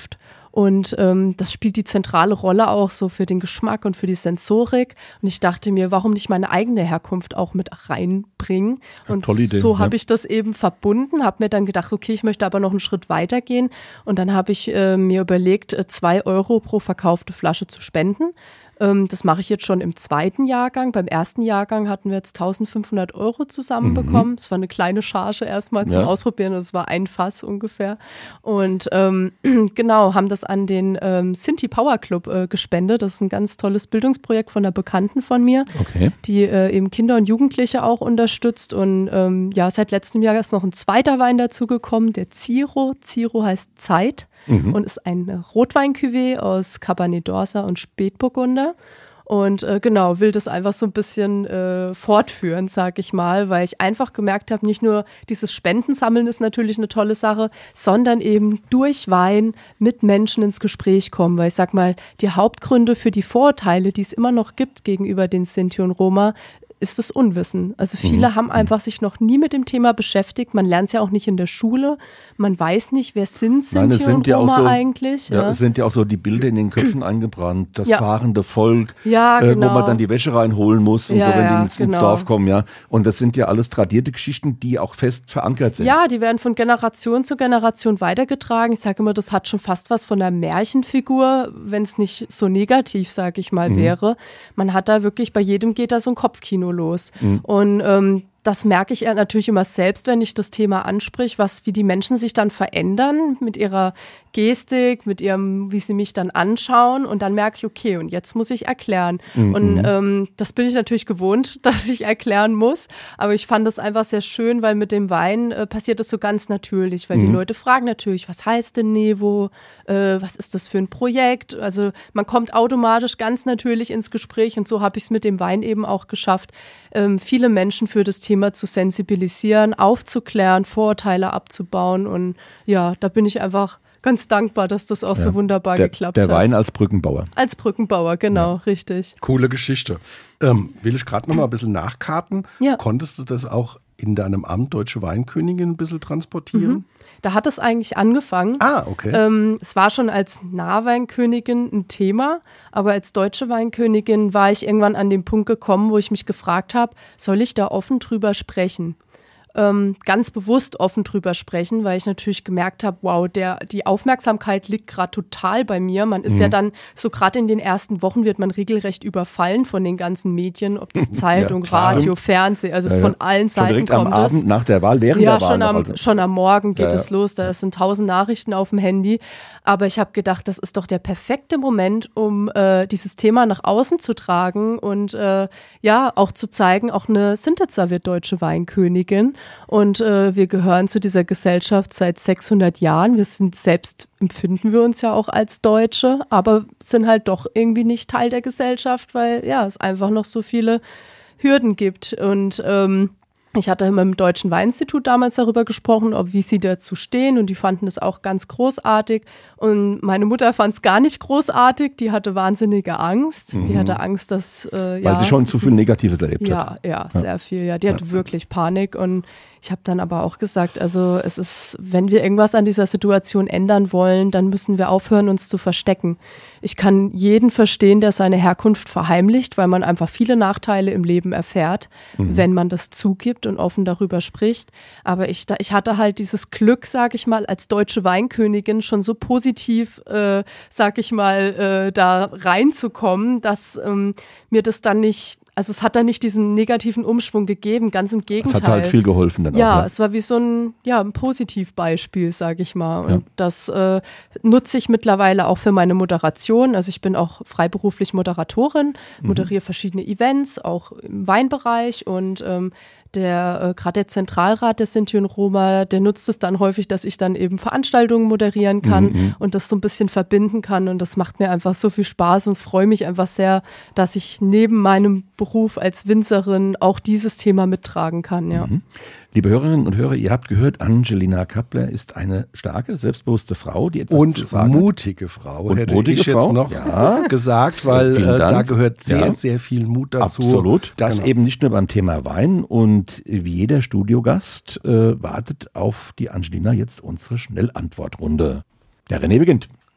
A: Und ähm, das spielt die zentrale Rolle auch so für den Geschmack und für die Sensorik. Und ich dachte mir, warum nicht meine eigene Herkunft auch mit reinbringen? Und
B: Tolle Idee,
A: so habe
B: ja.
A: ich das eben verbunden, habe mir dann gedacht, okay, ich möchte aber noch einen Schritt weiter gehen. Und dann habe ich äh, mir überlegt, zwei Euro pro verkaufte Flasche zu spenden. Das mache ich jetzt schon im zweiten Jahrgang. Beim ersten Jahrgang hatten wir jetzt eintausendfünfhundert Euro zusammenbekommen. Es mhm. war eine kleine Charge erstmal zum ja. Ausprobieren. Das war ein Fass ungefähr. Und ähm, genau, haben das an den ähm, Sinti Power Club äh, gespendet. Das ist ein ganz tolles Bildungsprojekt von einer Bekannten von mir,
B: okay.
A: die äh, eben Kinder und Jugendliche auch unterstützt. Und ähm, ja, seit letztem Jahr ist noch ein zweiter Wein dazugekommen, der Ziro. Ziro heißt Zeit. Mhm. Und ist ein Rotwein-Cuvée aus Cabernet d'Orsa und Spätburgunder. Und äh, genau, will das einfach so ein bisschen äh, fortführen, sag ich mal, weil ich einfach gemerkt habe, nicht nur dieses Spendensammeln ist natürlich eine tolle Sache, sondern eben durch Wein mit Menschen ins Gespräch kommen. Weil ich sag mal, die Hauptgründe für die Vorurteile, die es immer noch gibt gegenüber den Sinti und Roma, ist das Unwissen. Also viele mhm. haben einfach sich noch nie mit dem Thema beschäftigt. Man lernt es ja auch nicht in der Schule. Man weiß nicht, wer sind Sinti
B: Nein, sind
A: und
B: ja
A: Roma
B: auch so,
A: eigentlich.
B: Ja,
A: ja,
B: es sind ja auch so die Bilder in den Köpfen eingebrannt. Das
A: ja.
B: fahrende Volk,
A: ja, genau.
B: äh, wo man dann die Wäsche reinholen muss und
A: ja,
B: so, wenn
A: ja,
B: die ins,
A: genau.
B: ins Dorf kommen. Ja. Und das sind ja alles tradierte Geschichten, die auch fest verankert sind.
A: Ja, die werden von Generation zu Generation weitergetragen. Ich sage immer, das hat schon fast was von einer Märchenfigur, wenn es nicht so negativ, sage ich mal, mhm. wäre. Man hat da wirklich, bei jedem geht da so ein Kopfkino los. Mhm. Und ähm, das merke ich natürlich immer selbst, wenn ich das Thema anspreche, was, wie die Menschen sich dann verändern mit ihrer Gestik, mit ihrem, wie sie mich dann anschauen. Und dann merke ich, okay, und jetzt muss ich erklären. Mhm. Und ähm, das bin ich natürlich gewohnt, dass ich erklären muss. Aber ich fand das einfach sehr schön, weil mit dem Wein äh, passiert das so ganz natürlich. Weil mhm. die Leute fragen natürlich, was heißt denn Nevo? Äh, was ist das für ein Projekt? Also man kommt automatisch ganz natürlich ins Gespräch. Und so habe ich es mit dem Wein eben auch geschafft, ähm, viele Menschen für das Thema zu sensibilisieren, aufzuklären, Vorurteile abzubauen. Und ja, da bin ich einfach ganz dankbar, dass das auch ja, so wunderbar
B: der,
A: geklappt
B: der
A: hat.
B: Der Wein als Brückenbauer.
A: Als Brückenbauer, genau, ja. richtig.
C: Coole Geschichte. Ähm, will ich gerade noch mal ein bisschen nachkarten.
A: Ja.
C: Konntest du das auch in deinem Amt Deutsche Weinkönigin ein bisschen transportieren?
A: Mhm. Da hat es eigentlich angefangen.
C: Ah, okay.
A: Ähm, es war schon als Nahweinkönigin ein Thema, aber als deutsche Weinkönigin war ich irgendwann an den Punkt gekommen, wo ich mich gefragt habe, soll ich da offen drüber sprechen? Ähm, ganz bewusst offen drüber sprechen, weil ich natürlich gemerkt habe, wow, der, die Aufmerksamkeit liegt gerade total bei mir. Man ist mhm. ja dann, so gerade in den ersten Wochen wird man regelrecht überfallen von den ganzen Medien, ob das Zeitung, ja, Radio, Fernsehen, also ja, von allen
B: schon
A: Seiten
B: direkt
A: kommt
B: am
A: es.
B: Abend nach der Wahl, während
A: ja,
B: der Wahl.
A: Schon am,
B: also.
A: schon am Morgen geht
B: ja,
A: es los, da sind tausend Nachrichten auf dem Handy. Aber ich habe gedacht, das ist doch der perfekte Moment, um äh, dieses Thema nach außen zu tragen und äh, ja, auch zu zeigen, auch eine Sintetzer wird deutsche Weinkönigin. Und äh, wir gehören zu dieser Gesellschaft seit sechshundert Jahren. Wir sind selbst, empfinden wir uns ja auch als Deutsche, aber sind halt doch irgendwie nicht Teil der Gesellschaft, weil ja, es einfach noch so viele Hürden gibt. Und ähm, ich hatte mit dem Deutschen Weininstitut damals darüber gesprochen, ob wie sie dazu stehen, und die fanden es auch ganz großartig. Und meine Mutter fand es gar nicht großartig, die hatte wahnsinnige Angst. Mhm. Die hatte Angst, dass äh, ja,
B: weil sie schon zu viel Negatives erlebt
A: ja,
B: hat.
A: Ja, sehr ja. viel. Ja, die hatte ja. wirklich Panik. Und ich habe dann aber auch gesagt, also es ist, wenn wir irgendwas an dieser Situation ändern wollen, dann müssen wir aufhören, uns zu verstecken. Ich kann jeden verstehen, der seine Herkunft verheimlicht, weil man einfach viele Nachteile im Leben erfährt, mhm. wenn man das zugibt und offen darüber spricht. Aber ich, ich hatte halt dieses Glück, sage ich mal, als deutsche Weinkönigin schon so positiv, äh, sage ich mal, äh, da reinzukommen, dass ähm, mir das dann nicht, also es hat da nicht diesen negativen Umschwung gegeben, ganz im Gegenteil.
B: Es hat halt viel geholfen dann
A: ja,
B: auch. Ja,
A: es war wie so ein, ja, ein Positivbeispiel, sage ich mal. Und
B: ja.
A: das äh, nutze ich mittlerweile auch für meine Moderation. Also ich bin auch freiberuflich Moderatorin, moderiere mhm. verschiedene Events, auch im Weinbereich, und ähm, der, äh, gerade der Zentralrat der Sinti und Roma, der nutzt es dann häufig, dass ich dann eben Veranstaltungen moderieren kann mhm. und das so ein bisschen verbinden kann, und das macht mir einfach so viel Spaß und freue mich einfach sehr, dass ich neben meinem Beruf als Winzerin auch dieses Thema mittragen kann, ja.
B: Mhm. Liebe Hörerinnen und Hörer, ihr habt gehört, Angelina Kappler ist eine starke, selbstbewusste Frau, die etwas
C: und
B: zu sagen
C: mutige Frau,
B: und
C: hätte
B: mutige
C: ich jetzt
B: Frau.
C: noch
B: ja.
C: gesagt, weil äh, da gehört sehr, ja. sehr viel Mut dazu.
B: Absolut. Das
C: genau.
B: eben nicht nur beim Thema Wein, und wie jeder Studiogast äh, wartet auf die Angelina jetzt unsere Schnellantwortrunde. Der René beginnt.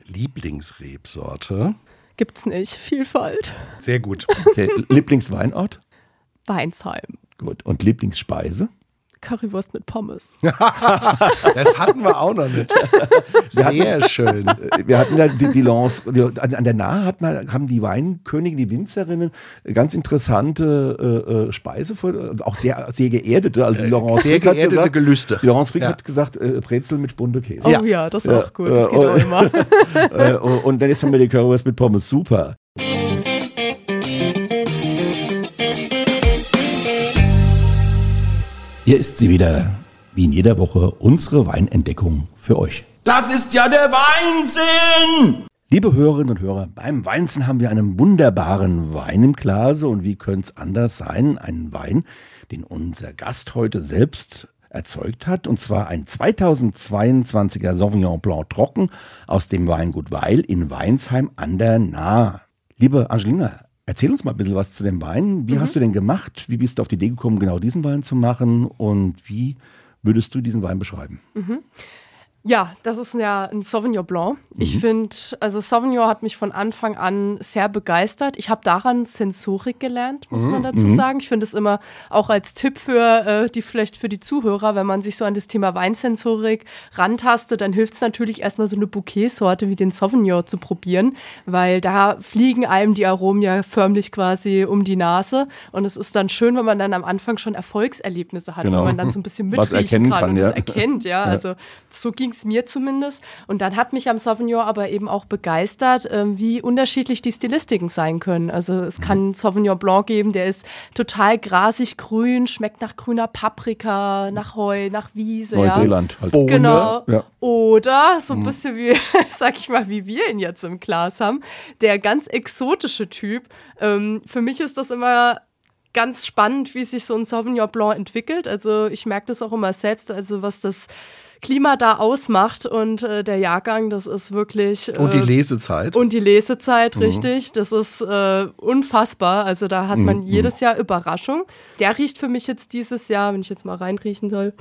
C: Lieblingsrebsorte?
A: Gibt's nicht. Vielfalt.
C: Sehr gut.
B: Okay. Lieblingsweinort?
A: Weinsheim.
B: Gut. Und Lieblingsspeise?
A: Currywurst mit Pommes.
C: Das hatten wir auch noch nicht. Sehr schön.
B: Wir hatten ja die, die Lance, die, an der Nahe hat man, haben die Weinkönige, die Winzerinnen ganz interessante äh, äh, Speise, vor, auch sehr, sehr geerdete. Also die Laurence
C: sehr
B: Frick hat
C: geerdete
B: gesagt,
C: Gelüste.
B: Die Laurence Frick
C: Ja.
B: hat gesagt, äh, Brezel mit Spundekäse.
A: Oh ja, ja das ist
B: Ja.
A: auch gut. Das geht
B: Äh,
A: auch immer.
B: äh, und dann jetzt haben wir die Currywurst mit Pommes. Super. Hier ist sie wieder, wie in jeder Woche, unsere Weinentdeckung für euch. Das ist ja der Weinsinn! Liebe Hörerinnen und Hörer, beim Weinsinn haben wir einen wunderbaren Wein im Glase. Und wie könnte es anders sein? Einen Wein, den unser Gast heute selbst erzeugt hat. Und zwar ein zweitausendzweiundzwanziger Sauvignon Blanc trocken aus dem Weingut Weil in Weinsheim an der Nahe. Liebe Angelina, erzähl uns mal ein bisschen was zu dem Wein. Wie mhm. hast du den gemacht? Wie bist du auf die Idee gekommen, genau diesen Wein zu machen? Und wie würdest du diesen Wein beschreiben?
A: Mhm. Ja, das ist ja ein Sauvignon Blanc. Ich mhm. finde, also Sauvignon hat mich von Anfang an sehr begeistert. Ich habe daran Sensorik gelernt, muss mhm. man dazu mhm. sagen. Ich finde es immer auch als Tipp für äh, die, vielleicht für die Zuhörer, wenn man sich so an das Thema Weinsensorik rantastet, dann hilft es natürlich erstmal so eine Bouquetsorte wie den Sauvignon zu probieren, weil da fliegen einem die Aromen ja förmlich quasi um die Nase. Und es ist dann schön, wenn man dann am Anfang schon Erfolgserlebnisse hat, genau. wo man dann so ein bisschen mitriechen kann, kann und ja. das erkennt. Ja, ja. Also so ging es mir zumindest. Und dann hat mich am Sauvignon aber eben auch begeistert, äh, wie unterschiedlich die Stilistiken sein können. Also es kann mhm. Sauvignon Blanc geben, der ist total grasig grün, schmeckt nach grüner Paprika, nach Heu, nach Wiese.
B: Neuseeland
A: ja.
B: halt.
A: Bohne. Genau.
B: Ja.
A: Oder so ein mhm. bisschen wie, sag ich mal, wie wir ihn jetzt im Glas haben, der ganz exotische Typ. Ähm, für mich ist das immer ganz spannend, wie sich so ein Sauvignon Blanc entwickelt. Also ich merke das auch immer selbst, also was das Klima da ausmacht und äh, der Jahrgang, das ist wirklich... Äh,
C: und die Lesezeit.
A: Und die Lesezeit, mhm. richtig. Das ist äh, unfassbar. Also da hat man mhm. jedes Jahr Überraschung. Der riecht für mich jetzt dieses Jahr, wenn ich jetzt mal reinriechen soll,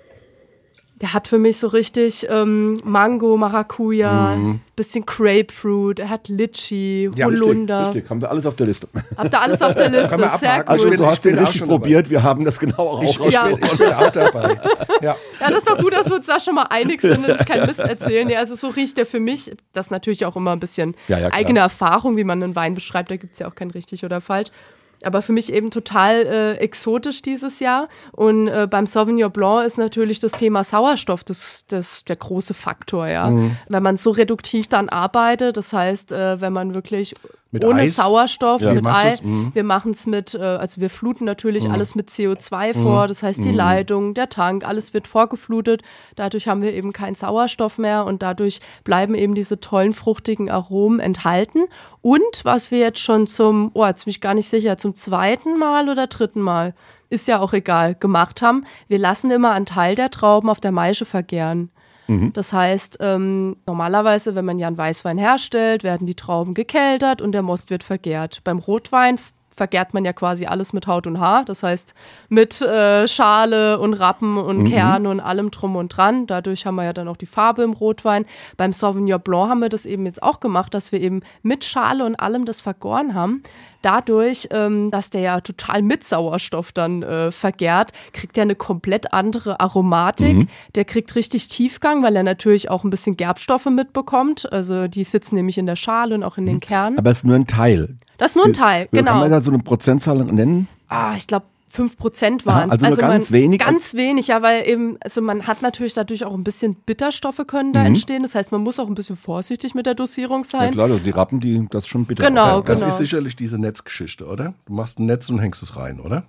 A: der hat für mich so richtig ähm, Mango, Maracuja, mhm. bisschen Grapefruit, er hat Litchi, ja, Holunder.
B: Richtig, richtig, haben wir alles auf der Liste.
A: Habt ihr alles auf der Liste, sehr gut.
B: Also du hast den richtig probiert, wir haben das genau auch
C: ich, ich, ja. bin, ich bin auch dabei. Ja.
A: ja, das ist doch gut, dass wir uns da schon mal einig sind und ich keinen Mist erzählen. Ja, also so riecht der für mich, das ist natürlich auch immer ein bisschen ja, ja, eigene Erfahrung, wie man einen Wein beschreibt, da gibt es ja auch kein richtig oder falsch. Aber für mich eben total äh, exotisch dieses Jahr. Und äh, beim Sauvignon Blanc ist natürlich das Thema Sauerstoff das, das, der große Faktor. Ja? Mhm. Wenn man so reduktiv dann arbeitet, das heißt, äh, wenn man wirklich mit ohne Eis. Sauerstoff, ja, mit Ei, mhm. wir machen es mit, äh, also wir fluten natürlich mhm. alles mit C O zwei mhm. vor, das heißt die mhm. Leitung, der Tank, alles wird vorgeflutet. Dadurch haben wir eben keinen Sauerstoff mehr und dadurch bleiben eben diese tollen, fruchtigen Aromen enthalten. Und was wir jetzt schon zum, oh, jetzt bin ich gar nicht sicher, zum zweiten Mal oder dritten Mal, ist ja auch egal, gemacht haben, wir lassen immer einen Teil der Trauben auf der Maische vergären. Mhm. Das heißt, ähm, normalerweise, wenn man ja einen Weißwein herstellt, werden die Trauben gekeltert und der Most wird vergärt. Beim Rotwein vergärt man ja quasi alles mit Haut und Haar, das heißt mit äh, Schale und Rappen und mhm. Kerne und allem drum und dran. Dadurch haben wir ja dann auch die Farbe im Rotwein. Beim Sauvignon Blanc haben wir das eben jetzt auch gemacht, dass wir eben mit Schale und allem das vergoren haben. Dadurch, ähm, dass der ja total mit Sauerstoff dann äh, vergärt, kriegt er eine komplett andere Aromatik. Mhm. Der kriegt richtig Tiefgang, weil er natürlich auch ein bisschen Gerbstoffe mitbekommt. Also die sitzen nämlich in der Schale und auch in den Kernen.
B: Aber es ist nur ein Teil.
A: Das ist nur ein Teil,
B: Wie,
A: genau.
B: Kann man da so eine Prozentzahl nennen?
A: Ah, ich glaube, fünf Prozent waren es.
B: Also, also nur ganz
A: man,
B: wenig?
A: Ganz wenig, ja, weil eben, also man hat natürlich dadurch auch ein bisschen Bitterstoffe können da mhm. entstehen. Das heißt, man muss auch ein bisschen vorsichtig mit der Dosierung sein.
B: Ja klar, also die Rappen, die, das ist schon bitter.
A: Genau,
C: ja, das
A: genau.
C: ist sicherlich diese Netzgeschichte, oder? Du machst ein Netz und hängst es rein, oder?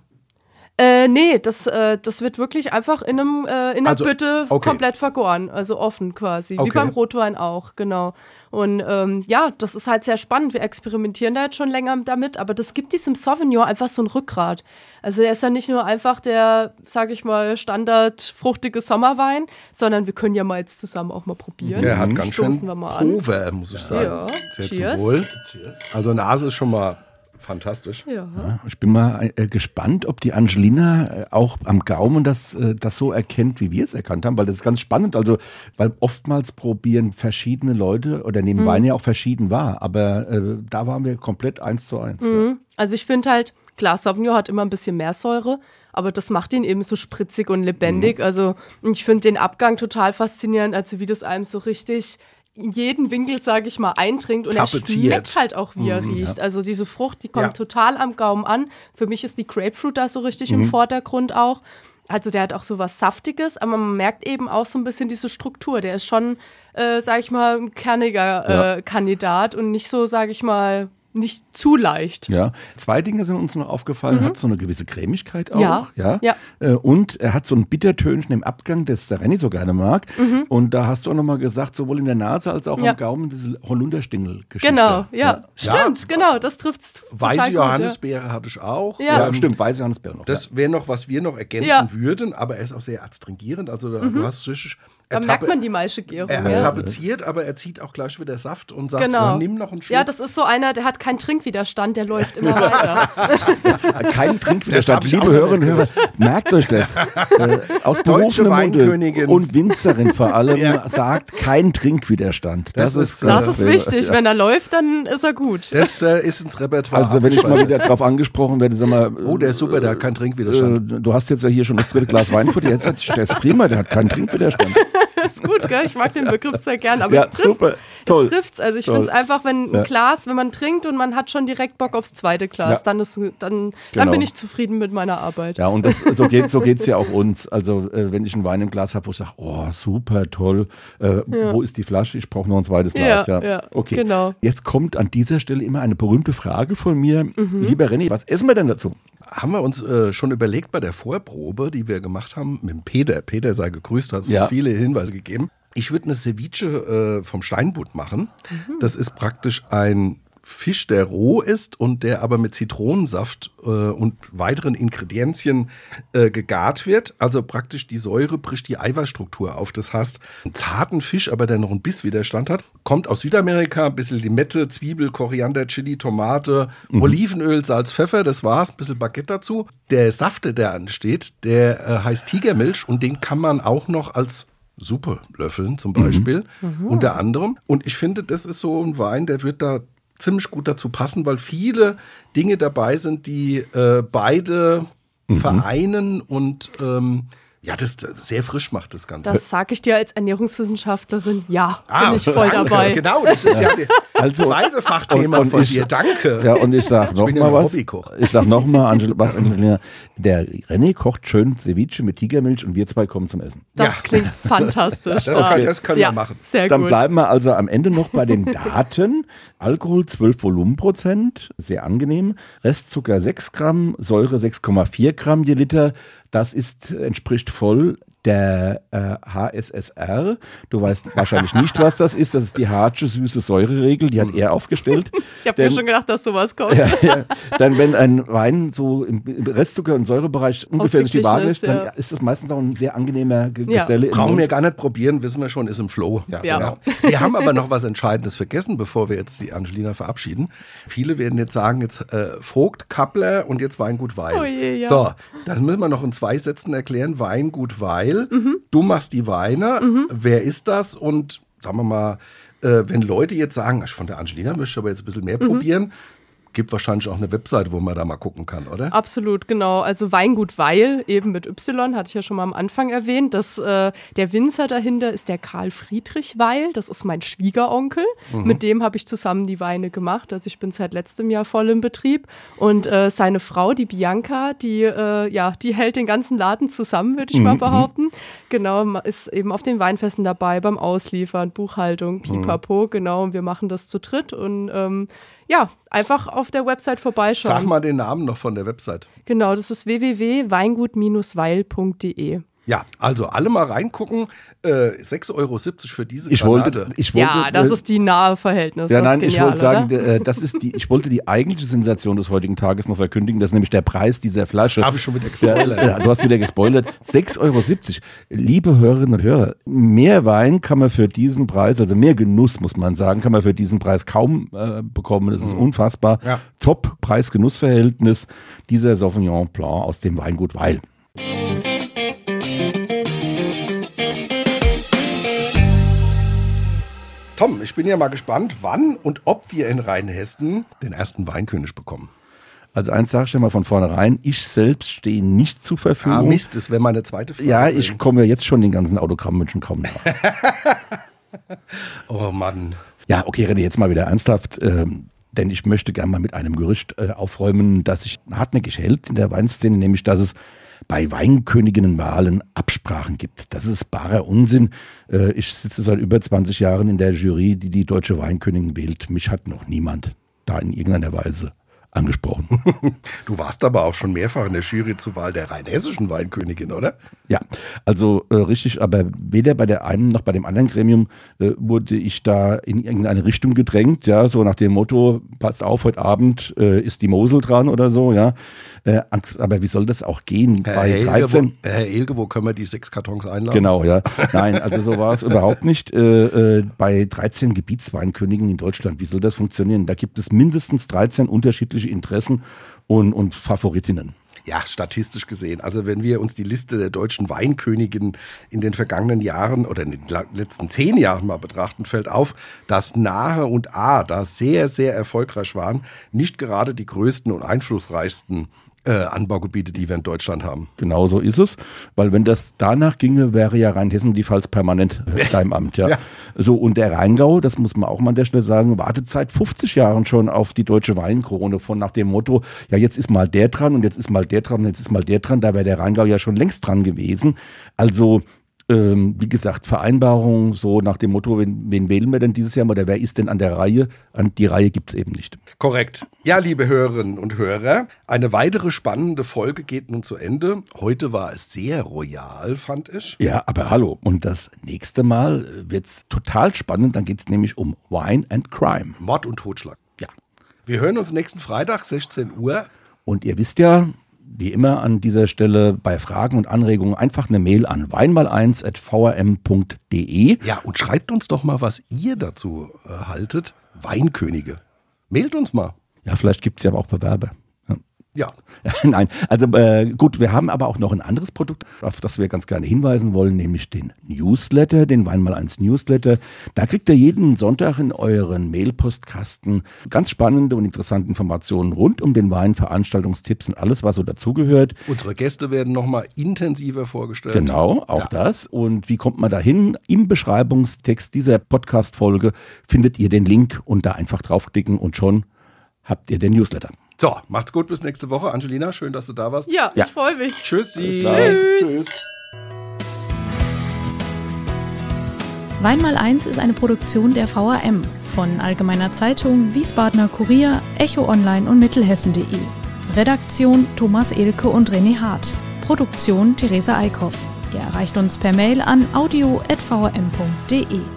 A: Äh, nee, das, äh, das wird wirklich einfach in, einem, äh, in einer
C: also,
A: Bütte
C: okay.
A: komplett vergoren, also offen quasi,
C: okay.
A: wie beim Rotwein auch, genau. Und ähm, ja, das ist halt sehr spannend, wir experimentieren da jetzt schon länger damit, aber das gibt diesem Sauvignon einfach so ein Rückgrat. Also er ist ja nicht nur einfach der, sag ich mal, standard fruchtige Sommerwein, sondern wir können ja mal jetzt zusammen auch mal probieren.
C: Der hat ganz
A: Stoßen
C: schön
A: wir mal an.
C: Pulver, muss ich sagen.
A: Ja.
C: Sehr
A: Cheers.
C: zum Wohl. Also Nase ist schon mal Fantastisch.
A: Ja.
B: Ja, ich bin mal äh, gespannt, ob die Angelina äh, auch am Gaumen das, äh, das so erkennt, wie wir es erkannt haben, weil das ist ganz spannend. Also, weil oftmals probieren verschiedene Leute oder nehmen mhm. Wein ja auch verschieden wahr, aber äh, da waren wir komplett eins zu eins.
A: Mhm.
B: Ja.
A: Also ich finde halt, klar, Sauvignon hat immer ein bisschen mehr Säure, aber das macht ihn eben so spritzig und lebendig. Mhm. Also ich finde den Abgang total faszinierend, also wie das einem so richtig in jeden Winkel, sage ich mal, eintrinkt und
C: Tapeziert.
A: Er schmeckt halt auch, wie er
B: Mhm,
A: riecht.
B: ja.
A: Also diese Frucht, die kommt
C: Ja.
A: total am Gaumen an. Für mich ist die Grapefruit da so richtig
B: Mhm.
A: im Vordergrund auch. Also der hat auch so was Saftiges, aber man merkt eben auch so ein bisschen diese Struktur. Der ist schon, äh, sage ich mal, ein kerniger äh,
B: Ja.
A: Kandidat und nicht so, sage ich mal, nicht zu leicht.
B: Ja, zwei Dinge sind uns noch aufgefallen. Er hat so eine gewisse Cremigkeit auch.
A: Ja,
B: ja.
A: ja.
B: Äh, Und er hat so ein Bittertönchen im Abgang, das der Renny so gerne mag. Und da hast du auch nochmal gesagt, sowohl in der Nase als auch
A: Ja.
B: am Gaumen, diese Holunderstingel-Geschichte.
A: Genau, ja, stimmt,
C: Ja.
A: genau, das trifft's total
C: Weiße
A: gut,
C: Johannisbeere hatte ich auch.
A: Ja.
B: Ja,
C: Ähm,
B: stimmt, weiße Johannisbeere noch.
C: Das wäre noch, was wir noch ergänzen
A: Ja.
C: würden, aber er ist auch sehr astringierend. Also da, du hast richtig.
A: Da
C: er
A: merkt
C: tape-
A: man die Maischegärung.
C: Er
A: Ja.
C: tapeziert, aber er zieht auch gleich wieder Saft und sagt,
A: Genau.
C: oh, nimm noch einen Schluck.
A: Ja, das ist so einer, der hat keinen Trinkwiderstand, der läuft immer weiter.
B: Ja, kein
C: Das
B: Trinkwiderstand.
C: hab ich
B: Liebe
C: auch
B: Hörerinnen und
C: noch
B: Hörer, merkt euch das. Äh, aus
C: Deutsche
B: berufenem Munde
C: Weinkönigin.
B: und Winzerin vor allem
C: Ja.
B: sagt, kein Trinkwiderstand.
C: Das
B: Das,
C: ist-
B: ist,
A: Das
B: äh,
A: ist wichtig, wenn er läuft, dann ist er gut.
C: Das äh, ist ins Repertoire.
B: Also wenn ich mal
C: abgespeichert.
B: wieder drauf angesprochen werde, sag mal,
C: Oh, der ist super, der hat keinen
B: äh,
C: Trinkwiderstand.
B: du hast jetzt ja hier schon das dritte Glas Wein vor dir, jetzt hat der ist prima, der hat keinen Trinkwiderstand.
A: Ist gut, gell? Ich mag den Begriff sehr gern, aber
B: Ja,
A: es trifft's.
B: super, toll.
A: Es trifft's. Also ich
B: Toll.
A: finde es einfach, wenn ein
B: Ja.
A: Glas, wenn man trinkt und man hat schon direkt Bock aufs zweite Glas,
B: Ja.
A: dann, ist, dann, dann
B: Genau.
A: bin ich zufrieden mit meiner Arbeit.
B: Ja, und das, so geht so geht's ja auch uns. Also äh, wenn ich einen Wein im Glas habe, wo ich sage, oh, super, toll, äh, wo ist die Flasche? Ich brauche noch ein zweites Glas.
A: Ja,
B: Ja,
A: ja,
B: okay.
A: genau.
B: Jetzt kommt an dieser Stelle immer eine berühmte Frage von mir.
A: Mhm.
B: Lieber René, was essen wir denn dazu?
C: Haben wir uns äh, schon überlegt bei der Vorprobe, die wir gemacht haben, mit dem Peter. Peter sei gegrüßt, hat uns
B: Ja.
C: viele Hinweise gegeben. Ich würde eine Ceviche äh, vom Steinbutt machen. Das ist praktisch ein Fisch, der roh ist und der aber mit Zitronensaft äh, und weiteren Ingredienzien äh, gegart wird. Also praktisch die Säure bricht die Eiweißstruktur auf. Das heißt, einen zarten Fisch, aber der noch einen Bisswiderstand hat. Kommt aus Südamerika, ein bisschen Limette, Zwiebel, Koriander, Chili, Tomate, Olivenöl, Salz, Pfeffer, das war's. Ein bisschen Baguette dazu. Der Saft, der ansteht, der äh, heißt Tigermilch und den kann man auch noch als Suppe löffeln zum Beispiel, unter anderem. Und ich finde, das ist so ein Wein, der wird da ziemlich gut dazu passen, weil viele Dinge dabei sind, die äh, beide vereinen und ähm, ja, das sehr frisch macht das Ganze.
A: Das sage ich dir als Ernährungswissenschaftlerin, ja,
C: Ah,
A: bin ich voll
C: danke.
A: dabei.
C: Genau, das ist ja das
B: Also-
C: zweite Fachthema
B: und- und
C: von
B: ich-
C: dir. Danke.
B: Ja, und ich sag
C: Ich
B: noch
C: bin ja
B: mal
C: ein
B: was.
C: Hobbykoch.
B: Ich sag noch mal, Angel, was Angelina, der René kocht schön Ceviche mit Tigermilch und wir zwei kommen zum Essen.
A: Das
C: Ja.
A: klingt fantastisch.
C: Das, kann, das können
A: ja,
C: wir machen.
A: Sehr
B: Dann
A: gut.
B: bleiben wir also am Ende noch bei den Daten. Alkohol zwölf Volumenprozent, sehr angenehm. Restzucker sechs Gramm, Säure sechs Komma vier Gramm je Liter. Das ist, entspricht voll der äh, H S S R. Du weißt wahrscheinlich nicht, was das ist. Das ist die Hartsche süße Säureregel, die hat er aufgestellt.
A: Ich habe mir
B: Denn-
A: schon gedacht, dass sowas kommt.
B: Ja, ja. Dann, wenn ein Wein so im Restzucker- und Säurebereich ungefähr sich die Waage ist,
A: Ausgeglichen
B: dann
A: ist,
B: ist das meistens auch ein sehr angenehmer Ge-
A: Ja.
B: Geselle. im
C: Brauchen
B: Mund.
C: wir gar nicht probieren, wissen wir schon, ist im Flow.
B: Ja,
A: Ja.
B: genau.
C: Wir haben aber noch was Entscheidendes vergessen, bevor wir jetzt die Angelina verabschieden. Viele werden jetzt sagen, jetzt äh, Vogt, Kappler und jetzt Weingut Weil.
A: Oh je, ja.
C: So, das müssen wir noch in zwei Sätzen erklären. Weingut Weil,
A: Mhm.
C: du machst die Weine. Wer ist das? Und sagen wir mal, äh, wenn Leute jetzt sagen, ich von der Angelina möchte aber jetzt ein bisschen mehr
A: Mhm.
C: probieren, gibt wahrscheinlich auch eine Webseite, wo man da mal gucken kann, oder?
A: Absolut, genau. Also Weingut Weil, eben mit Y, hatte ich ja schon mal am Anfang erwähnt. Das, äh, der Winzer dahinter ist der Karl Friedrich Weil. Das ist mein Schwiegeronkel. Mit dem habe ich zusammen die Weine gemacht. Also ich bin seit letztem Jahr voll im Betrieb. Und äh, seine Frau, die Bianca, die, äh, ja, die hält den ganzen Laden zusammen, würde ich mal behaupten. Genau, ma- ist eben auf den Weinfesten dabei, beim Ausliefern, Buchhaltung, pipapo. Genau, und wir machen das zu dritt. Und ähm, ja, einfach auf der Website vorbeischauen.
C: Sag mal den Namen noch von der Website.
A: Genau, das ist w w w punkt weingut Bindestrich weil punkt de.
C: Ja, also alle mal reingucken. Äh, sechs Euro siebzig für diese
B: ich
C: Granate.
B: wollte, ich wollte,
A: Ja, das ist die nahe Verhältnis.
B: Ja,
A: das
B: nein,
A: ist
B: ich
A: genial,
B: wollte sagen,
A: oder?
B: äh, das ist die, ich wollte die eigentliche Sensation des heutigen Tages noch verkündigen, das ist nämlich der Preis dieser Flasche.
C: Habe ich schon wieder gespoilert.
B: Ja, du hast wieder gespoilert. sechs Euro siebzig. Liebe Hörerinnen und Hörer, mehr Wein kann man für diesen Preis, also mehr Genuss, muss man sagen, kann man für diesen Preis kaum äh, bekommen. Das ist mhm. unfassbar. Ja. Top Preis-Genuss-Verhältnis dieser Sauvignon Blanc aus dem Weingut Weil.
C: Tom, ich bin ja mal gespannt, wann und ob wir in Rheinhessen den ersten Weinkönig bekommen.
B: Also eins sage ich ja mal von vornherein, ich selbst stehe nicht zur Verfügung.
C: Ah, Mist, das wäre meine zweite Frage.
B: Ja, ich komme ja jetzt schon den ganzen Autogrammwünschen kaum nach.
C: Oh Mann.
B: Ja, okay, rede jetzt mal wieder ernsthaft, ähm, denn ich möchte gerne mal mit einem Gerücht äh, aufräumen, das sich hartnäckig hält in der Weinszene, nämlich dass es bei Weinköniginnenwahlen Absprachen gibt. Das ist barer Unsinn. Äh, ich sitze seit über zwanzig Jahren in der Jury, die die deutsche Weinkönigin wählt. Mich hat noch niemand da in irgendeiner Weise angesprochen.
C: Du warst aber auch schon mehrfach in der Jury zur Wahl der rheinhessischen Weinkönigin, oder?
B: Ja, also äh, richtig, aber weder bei der einen noch bei dem anderen Gremium äh, wurde ich da in irgendeine Richtung gedrängt, ja, so nach dem Motto, passt auf, heute Abend äh, ist die Mosel dran oder so, ja. Äh, aber wie soll das auch gehen?
C: Herr
B: bei
C: Elge,
B: dreizehn
C: wo, Herr Elge, wo können wir die sechs Kartons einladen?
B: Genau, ja. Nein, also so war es überhaupt nicht. Äh, äh, bei dreizehn Gebietsweinkönigen in Deutschland, wie soll das funktionieren? Da gibt es mindestens dreizehn unterschiedliche Interessen und, und Favoritinnen.
C: Ja, statistisch gesehen. Also wenn wir uns die Liste der deutschen Weinköniginnen in den vergangenen Jahren oder in den letzten zehn Jahren mal betrachten, fällt auf, dass Nahe und A da sehr, sehr erfolgreich waren. Nicht gerade die größten und einflussreichsten Äh, Anbaugebiete, die wir in Deutschland haben.
B: Genau so ist es, weil wenn das danach ginge, wäre ja Rheinhessen jedenfalls permanent äh, da im Amt. Ja. ja. So, und der Rheingau, das muss man auch mal an der Stelle sagen, wartet seit fünfzig Jahren schon auf die deutsche Weinkrone von nach dem Motto, ja jetzt ist mal der dran und jetzt ist mal der dran und jetzt ist mal der dran, da wäre der Rheingau ja schon längst dran gewesen. Also Ähm, wie gesagt, Vereinbarung so nach dem Motto, wen, wen wählen wir denn dieses Jahr oder wer ist denn an der Reihe? An die Reihe gibt es eben nicht.
C: Korrekt. Ja, liebe Hörerinnen und Hörer, eine weitere spannende Folge geht nun zu Ende. Heute war es sehr royal, fand ich.
B: Ja, aber hallo. Und das nächste Mal wird es total spannend. Dann geht es nämlich um Wine and Crime.
C: Mord und Totschlag.
B: Ja.
C: Wir hören uns nächsten Freitag, sechzehn Uhr.
B: Und ihr wisst ja, wie immer an dieser Stelle bei Fragen und Anregungen einfach eine Mail an weinmal eins at v r m punkt d e.
C: Ja, und schreibt uns doch mal, was ihr dazu äh, haltet. Weinkönige. Mailt uns mal.
B: Ja, vielleicht gibt es ja aber auch Bewerber.
C: Ja.
B: Nein, also äh, gut, wir haben aber auch noch ein anderes Produkt, auf das wir ganz gerne hinweisen wollen, nämlich den Newsletter, den Weinmal eins Newsletter. Da kriegt ihr jeden Sonntag in euren Mailpostkasten ganz spannende und interessante Informationen rund um den Wein, Veranstaltungstipps und alles, was so dazugehört.
C: Unsere Gäste werden nochmal intensiver vorgestellt.
B: Genau, auch ja. das. Und wie kommt man da hin? Im Beschreibungstext dieser Podcast-Folge findet ihr den Link und da einfach draufklicken und schon habt ihr den Newsletter.
C: So, macht's gut, bis nächste Woche. Angelina, schön, dass du da warst.
A: Ja, ja. Ich freue mich.
C: Tschüssi.
A: Tschüss.
C: Tschüss.
D: Weinmal eins ist eine Produktion der V A M von Allgemeiner Zeitung, Wiesbadener Kurier, Echo Online und Mittelhessen punkt de. Redaktion Thomas Elke und René Hart. Produktion Theresa Eickhoff. Ihr erreicht uns per Mail an audio at v r m punkt d e.